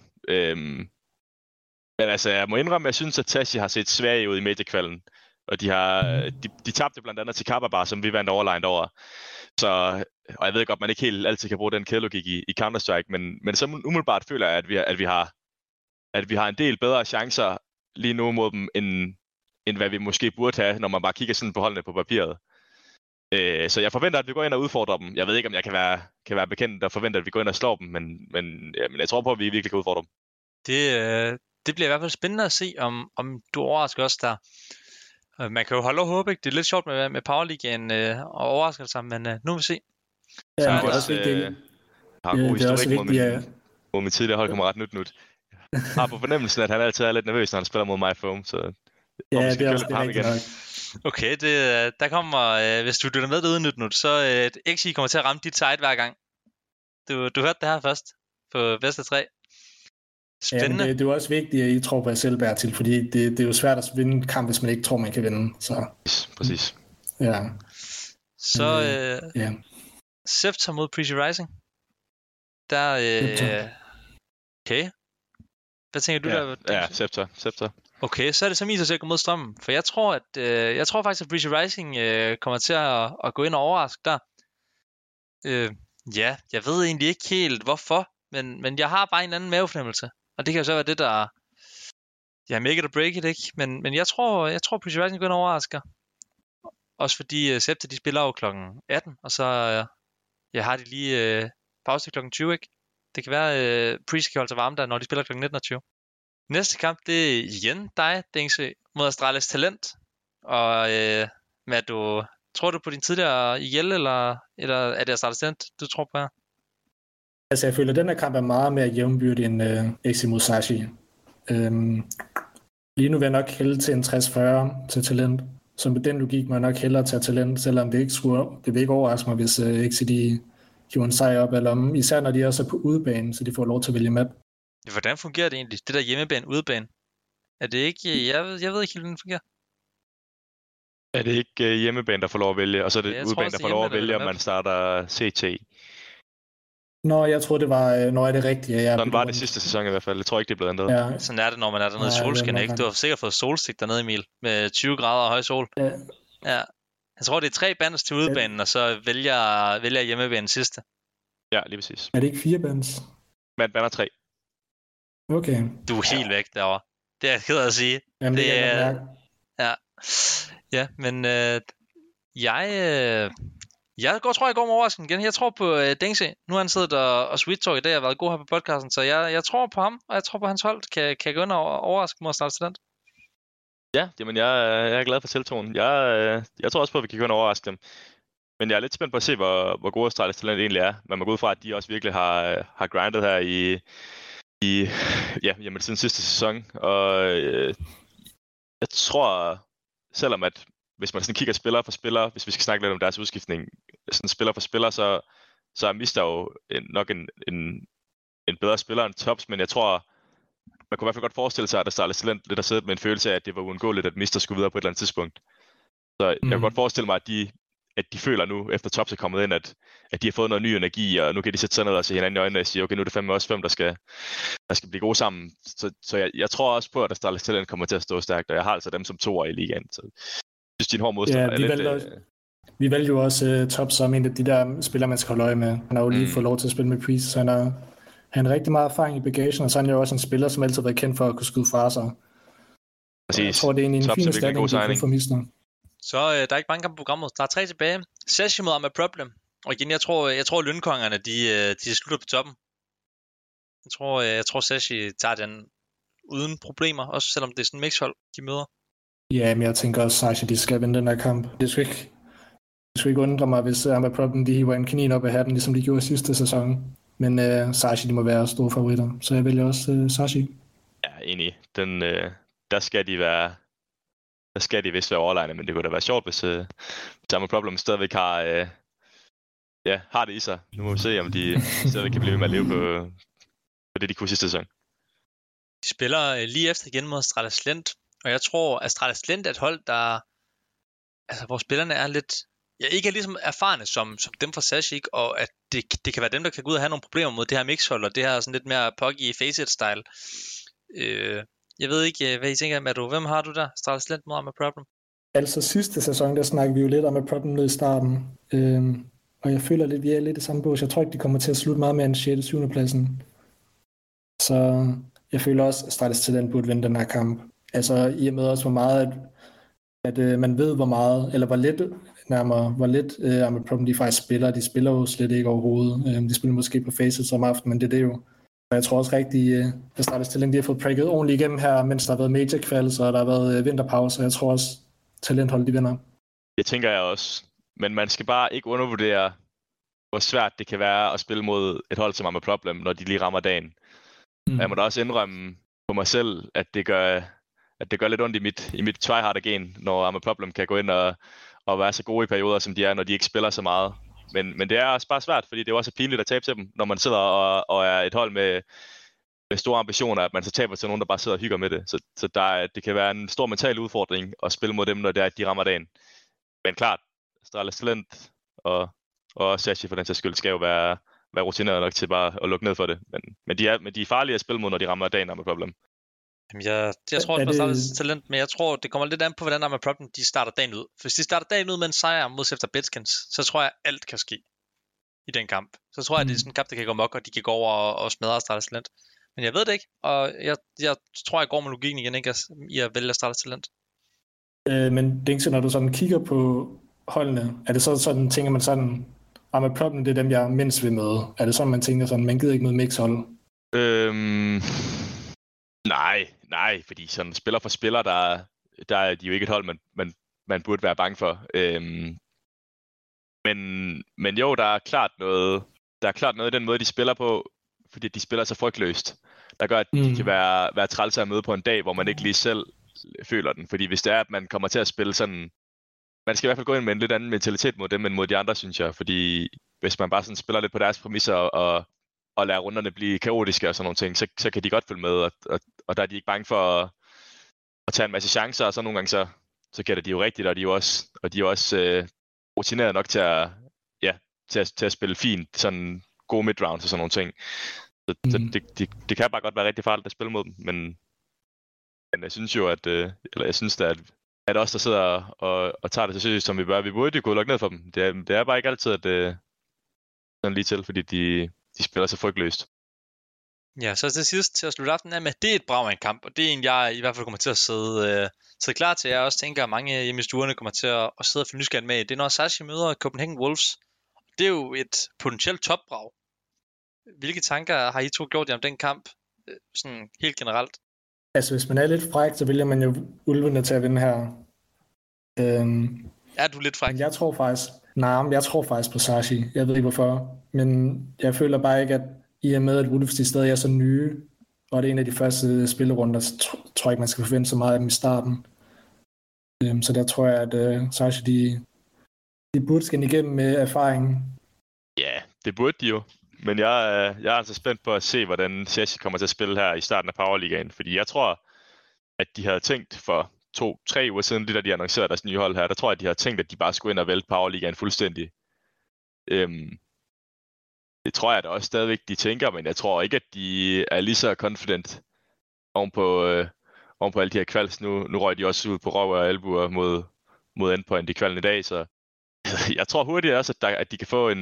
Men altså, jeg må indrømme, at jeg synes, at Sashi har set svage ud i mediekvalden. Og de tabte blandt andet til Kababar, som vi vandt overlegnet over. Og jeg ved godt, man ikke helt altid kan bruge den kædelogik i Counter-Strike, men så umiddelbart føler jeg, at vi har en del bedre chancer lige nu mod dem, end hvad vi måske burde have, når man bare kigger sådan på holdene på papiret. Så jeg forventer, at vi går ind og udfordrer dem. Jeg ved ikke, om jeg kan være bekendt og forvente, at vi går ind og slår dem, men jeg tror på, at vi virkelig kan udfordre dem. Det bliver i hvert fald spændende at se, om du overrasker os der. Man kan jo holde og håbe, ikke? Det er lidt sjovt med Powerligaen og overrasker sig, men nu vil vi se. Ja, så det er også vigtigt. Jeg har en god historik mod min tidligere holdkammerat Nut. Jeg har på fornemmelsen, at han altid er lidt nervøs, når han spiller mod MyFoam, så... Ja, det er også det rigtigt nok. Okay, der kommer, hvis du lytter med derude Nut, så XI kommer til at ramme dit side hver gang. Du hørte det her først på bedste 3. Spændende. Ja, det er jo også vigtigt, at I tror på jer selv, Bertil, fordi det er jo svært at vinde en kamp, hvis man ikke tror, man kan vinde. Så. Præcis. Ja. Så Scepter mod Prissy Rising. Der, okay. Hvad tænker du der? Ja, Scepter. Okay, så er det så min, at gå mod strømmen. For jeg tror faktisk, at Prissy Rising kommer til at gå ind og overraske der. Ja, jeg ved egentlig ikke helt hvorfor, men jeg har bare en anden mavefornemmelse. Og det kan jo så være det, der... Ja, make it or break it, ikke? Men jeg tror Prissy Rising går ind og overrasker. Også fordi Scepter, de spiller jo klokken 18, og så har de lige pause klokken 20, ikke? Det kan være, Prissy kan holde sig varme der, når de spiller klokken 19:20. Næste kamp, det er igen dig, Dingsø, mod Astralis Talent. Og tror du på din tidligere IL, eller er det Astralis Talent, du tror på her? Altså, jeg føler, at den her kamp er meget mere jævnbyrdig end XI mod Sashi. Lige nu vil jeg nok hælde til en 60-40 til Talent. Så med den logik må jeg nok hellere tage Talent, selvom det vil ikke overraske mig, hvis XI de hiver en sejr op, eller især når de også er på udebane, så de får lov til at vælge map. Hvordan fungerer det egentlig? Det der hjemmebane, udebane? Er det ikke... Jeg ved ikke helt, hvordan det fungerer. Er det ikke hjemmebane, der får lov at vælge, og så er det udebane, der får lov at vælge, om man starter CT? Nå, jeg tror det var... Nå, er det rigtigt? Ja, sådan var det sidste sæson i hvert fald. Jeg tror ikke, det er blevet ændret. Ja. Sådan er det, når man er dernede i solskin, ikke? Du har sikkert fået solstik dernede, Emil, med 20 grader og høj sol. Ja. Jeg tror, det er 3 banners til udebanen, og så vælger hjemmebanen sidste. Ja, lige præcis. Er det ikke 4 banners? Man banner 3. Okay. Du er helt væk derovre. Det er jeg ked af at sige. Jamen, det er Ja, men jeg tror, jeg går med overraskelsen igen. Jeg tror på Dingsy. Nu har han siddet og sweet talk i dag og været god her på podcasten, så jeg tror på ham, og jeg tror på hans hold. Kan gå ind og overraske mod Stars Talent? Ja, jamen jeg er glad for tiltonen. Jeg tror også på, at vi kan gå ind og overraske dem. Men jeg er lidt spændt på at se, hvor gode Stars Talent egentlig er. Man må gå ud fra, at de også virkelig har grindet her i siden sidste sæson. Og jeg tror, selvom at hvis man sådan kigger spiller for spiller, hvis vi skal snakke lidt om deres udskiftning, sådan spiller for spiller, så er Mister jo nok en bedre spiller end Tops, men jeg tror, man kunne i hvert fald godt forestille sig, at der Stars Talent lidt har siddet med en følelse af, at det var uundgåeligt, at Mister skulle videre på et eller andet tidspunkt. Så jeg kan godt forestille mig, at de føler nu, efter Tops er kommet ind, at de har fået noget ny energi, og nu kan de sætte sig ned og se hinanden i øjnene og sige, okay, nu er det fandme også 5, der skal blive gode sammen. Så jeg tror også på, at Stars Talent kommer til at stå stærkt, og jeg har altså dem som 2'er i ligaen. Så jeg synes, de er en hård modstander. Ja, vi valgte jo også Tops som en af de der spillere, man skal holde øje med. Han har jo lige fået lov til at spille med Priest, så han har rigtig meget erfaring i bagagen, og så er han jo også en spiller, som altid har været kendt for at kunne skyde fra sig. Præcis. Jeg tror, det er en fin erstatning for Mister. Så der er ikke mange kampe på programmet. Der er 3 tilbage. Sashi mod Ama Problem. Og igen, jeg tror lønkongerne, de slutter på toppen. Jeg tror Sashi tager den uden problemer, også selvom det er sådan en mixhold, de møder. Ja, men jeg tænker også, at Sashi, de skal vinde den her kamp. Det skulle ikke undre mig, hvis Ama Problem, de hiver en kanin op af hatten, ligesom de gjorde sidste sæson. Men Sashi, de må være store favoritter. Så jeg vælger også Sashi. Ja, enig. Der skal de vist være overlegne, men det kunne da være sjovt, hvis Ama Problem stadigvæk har det i sig. Nu må vi se, om de stadigvæk kan blive ved med at leve på det, de kunne sidste sæson. De spiller lige efter igen mod Stars Talent, og jeg tror, at Stars Talent er et hold, hvor spillerne er lidt, ikke er ligesom erfarne som dem fra Sashi, og at det kan være dem, der kan gå ud og have nogle problemer mod det her mixhold, og det her sådan lidt mere puggy face-it-style. Jeg ved ikke, hvad I tænker, hvem har du der? Stars Talent mod Ama Problem? Altså sidste sæson, der snakkede vi jo lidt om Ama Problem ned i starten, og jeg føler lidt, vi er lidt i samme bås. Jeg tror ikke, de kommer til at slutte meget mere end 6. og 7. pladsen. Så jeg føler også, at Stars Talent burde vinde den her kamp. Altså i og med også, hvor meget, at man ved, hvor meget, eller hvor lidt Ama Problem de faktisk spiller. De spiller jo slet ikke overhovedet. De spiller måske på Facet som aften, men det er det jo. Og jeg tror også rigtigt, at Stars Talent de har fået prikket ordentligt igennem her, mens der har været major-kval, og der har været vinterpause, og jeg tror også, Talenthold de vinder. Det tænker jeg også. Men man skal bare ikke undervurdere, hvor svært det kan være at spille mod et hold som Ama Problem, når de lige rammer dagen. Jeg må da også indrømme på mig selv, at det gør lidt ondt i mit tryhard-gen, når Ama Problem kan gå ind og være så gode i perioder, som de er, når de ikke spiller så meget. Men det er også bare svært, fordi det er også pinligt at tabe til dem, når man sidder og er et hold med store ambitioner, at man så taber til nogen, der bare sidder og hygger med det. Så det kan være en stor mental udfordring at spille mod dem, når det er, at de rammer dagen. Men klart, Stars Talent og Sashi for den sags skyld skal jo være rutineret nok til bare at lukke ned for det. Men de er farlige at spille mod, når de rammer dagen Ama Problem. Jamen jeg tror også på Stars Talent, men jeg tror, det kommer lidt an på, hvordan Ama Problem de starter dagen ud. Hvis de starter dagen ud med en sejr mod efter Bedskins, så tror jeg, alt kan ske i den kamp. Så tror jeg, det er sådan en kamp, der kan gå mok, og de kan gå over og smadre Stars Talent. Men jeg ved det ikke, og jeg tror, jeg går med logikken igen, ikke, i at vælge Stars Talent. Men Dingsy, når du sådan kigger på holdene, er det så sådan, tænker man sådan, Ama Problem, det er dem, jeg mindst vil møde? Er det sådan, man tænker sådan, man gider ikke møde mixhold? Nej, fordi sådan spiller for spiller, der er de jo ikke et hold, man burde være bange for. Men jo, der er klart noget i den måde, de spiller på, fordi de spiller så frygtløst, der gør, at de kan være trælse at møde på en dag, hvor man ikke lige selv føler den. Fordi hvis det er, at man kommer til at spille sådan, man skal i hvert fald gå ind med en lidt anden mentalitet mod dem, end mod de andre, synes jeg. Fordi hvis man bare sådan spiller lidt på deres præmisser, og lader runderne blive kaotiske og sådan nogle ting, så kan de godt følge med, og der er de ikke bange for at tage en masse chancer, og så nogle gange så gælder de jo rigtigt, og de er også rutineret nok til at spille fint, sådan gode midrounds og sådan nogle ting. Så det kan bare godt være rigtig farligt at spille mod dem, men jeg synes jo, at os, der sidder og tager det så seriøst, som vi bør, vi burde jo kunne lukke ned for dem. Det er bare ikke altid, at sådan lige til, fordi de spiller så frygtløst. Ja, så til sidst til at slutte aftenen af med, det er et brag af en kamp, og det er en, jeg i hvert fald kommer til at sidde klar til. Jeg også tænker, at mange hjemme i stuerne kommer til at sidde og følge nysgerrigt med. Det er når Sashi møder Copenhagen Wolves. Det er jo et potentielt topbrag. Hvilke tanker har I to gjort jer om den kamp, sådan helt generelt? Altså, hvis man er lidt fræk, så vælger man jo ulvene til at vinde her. Er du lidt fræk? Jeg tror faktisk på Sashi. Jeg ved ikke hvorfor. Men jeg føler bare ikke, at i og med, at Wolves de stadig er så nye, og det er en af de første spillerunder, så tror jeg ikke, man skal forvente så meget af dem i starten. Så der tror jeg, at Sashi, de burde skinne igennem med erfaringen. Ja, det burde de jo. Men jeg er altså spændt på at se, hvordan Sashi kommer til at spille her i starten af Powerligaen. Fordi jeg tror, at de havde tænkt for 2-3 uger siden, lige da de annoncerede deres nye hold her, der tror jeg, at de havde tænkt, at de bare skulle ind og vælte Powerligaen fuldstændig. Det tror jeg da også stadigvæk, de tænker, men jeg tror ikke, at de er lige så confident oven på alle de her kvalds. Nu røg de også ud på røv og albuer mod endpoint i kvalden i dag, så jeg tror hurtigt også, at de kan få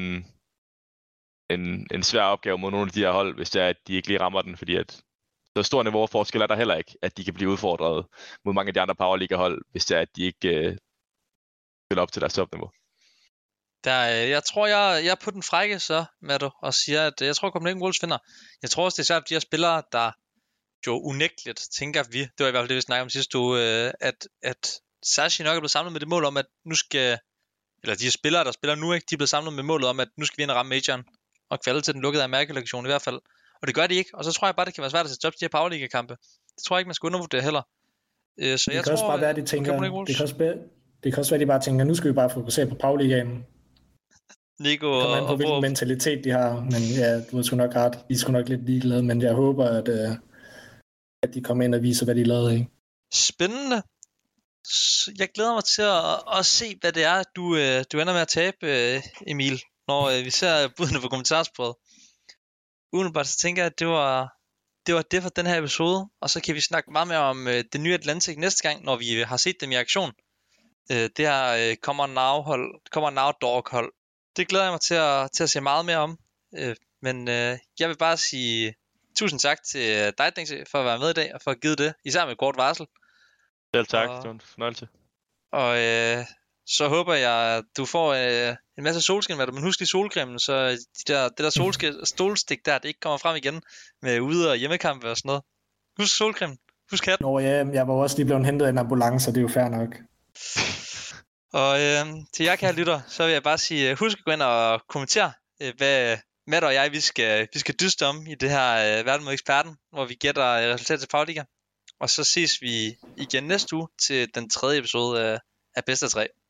en svær opgave mod nogle af de her hold, hvis det er, at de ikke lige rammer den, fordi at så stor niveauforskel er der heller ikke, at de kan blive udfordret mod mange af de andre Powerliga-hold, hvis det er, at de ikke spiller op til deres topniveau. Jeg tror, jeg er på den frække så, Matto, og siger, at jeg tror, Copenhagen Wolves vinder. Jeg tror også, det er svært, at de her spillere, der jo unægteligt, tænker vi, det var i hvert fald det, vi snakkede om sidste uge, at Sashi nok er blevet samlet med det mål om, at nu skal, eller de her spillere, der spiller nu, ikke, de er blevet samlet med målet om, at nu skal vi ind og ramme majoren, og kvalde til den lukkede Amerika-lektion i hvert fald. Og det gør de ikke, og så tror jeg bare, det kan være svært at sætte op til de her Powerliga-kampe. Det tror jeg ikke, man skal undervurdere heller. Så det kan også bare være, de tænker, det kan også være, de bare tænker, nu skal vi bare fokusere på Powerligaen. Nico det kommer an på, hvilken mentalitet de har, men ja, du har sgu nok ret. De er sgu nok lidt ligeglade, men jeg håber, at de kommer ind og viser, hvad de lavede af. Spændende. Jeg glæder mig til at se, hvad det er, du ender med at tabe, Emil, når vi ser budene på kommentarsporet. Umiddelbart så tænker jeg, at det var det for den her episode, og så kan vi snakke meget mere om det nye Atlantic næste gang, når vi har set dem i aktion. Det her kommer Now Dog hold. Det glæder jeg mig til at se meget mere om. Men jeg vil bare sige tusind tak til dig, Dingsø, for at være med i dag og for at give det, især med kort varsel. Selv tak, det var en fornøjelse. Og så håber jeg, at du får en masse solskin med dig, men husk lige solcremen, så det der stolstik der, det ikke kommer frem igen med ude- og hjemmekampe og sådan noget. Husk solcremen. Husk hatten. Nå ja, jeg var også lige blevet hentet af en ambulance, og det er jo fair nok. Og til jer, kære lytter, så vil jeg bare sige, husk at gå ind og kommentere, hvad Matt og jeg, vi skal dyste om i det her Verden mod Eksperten, hvor vi gætter resultatet til Powerliga. Og så ses vi igen næste uge til den 3. episode af Bedst af 3.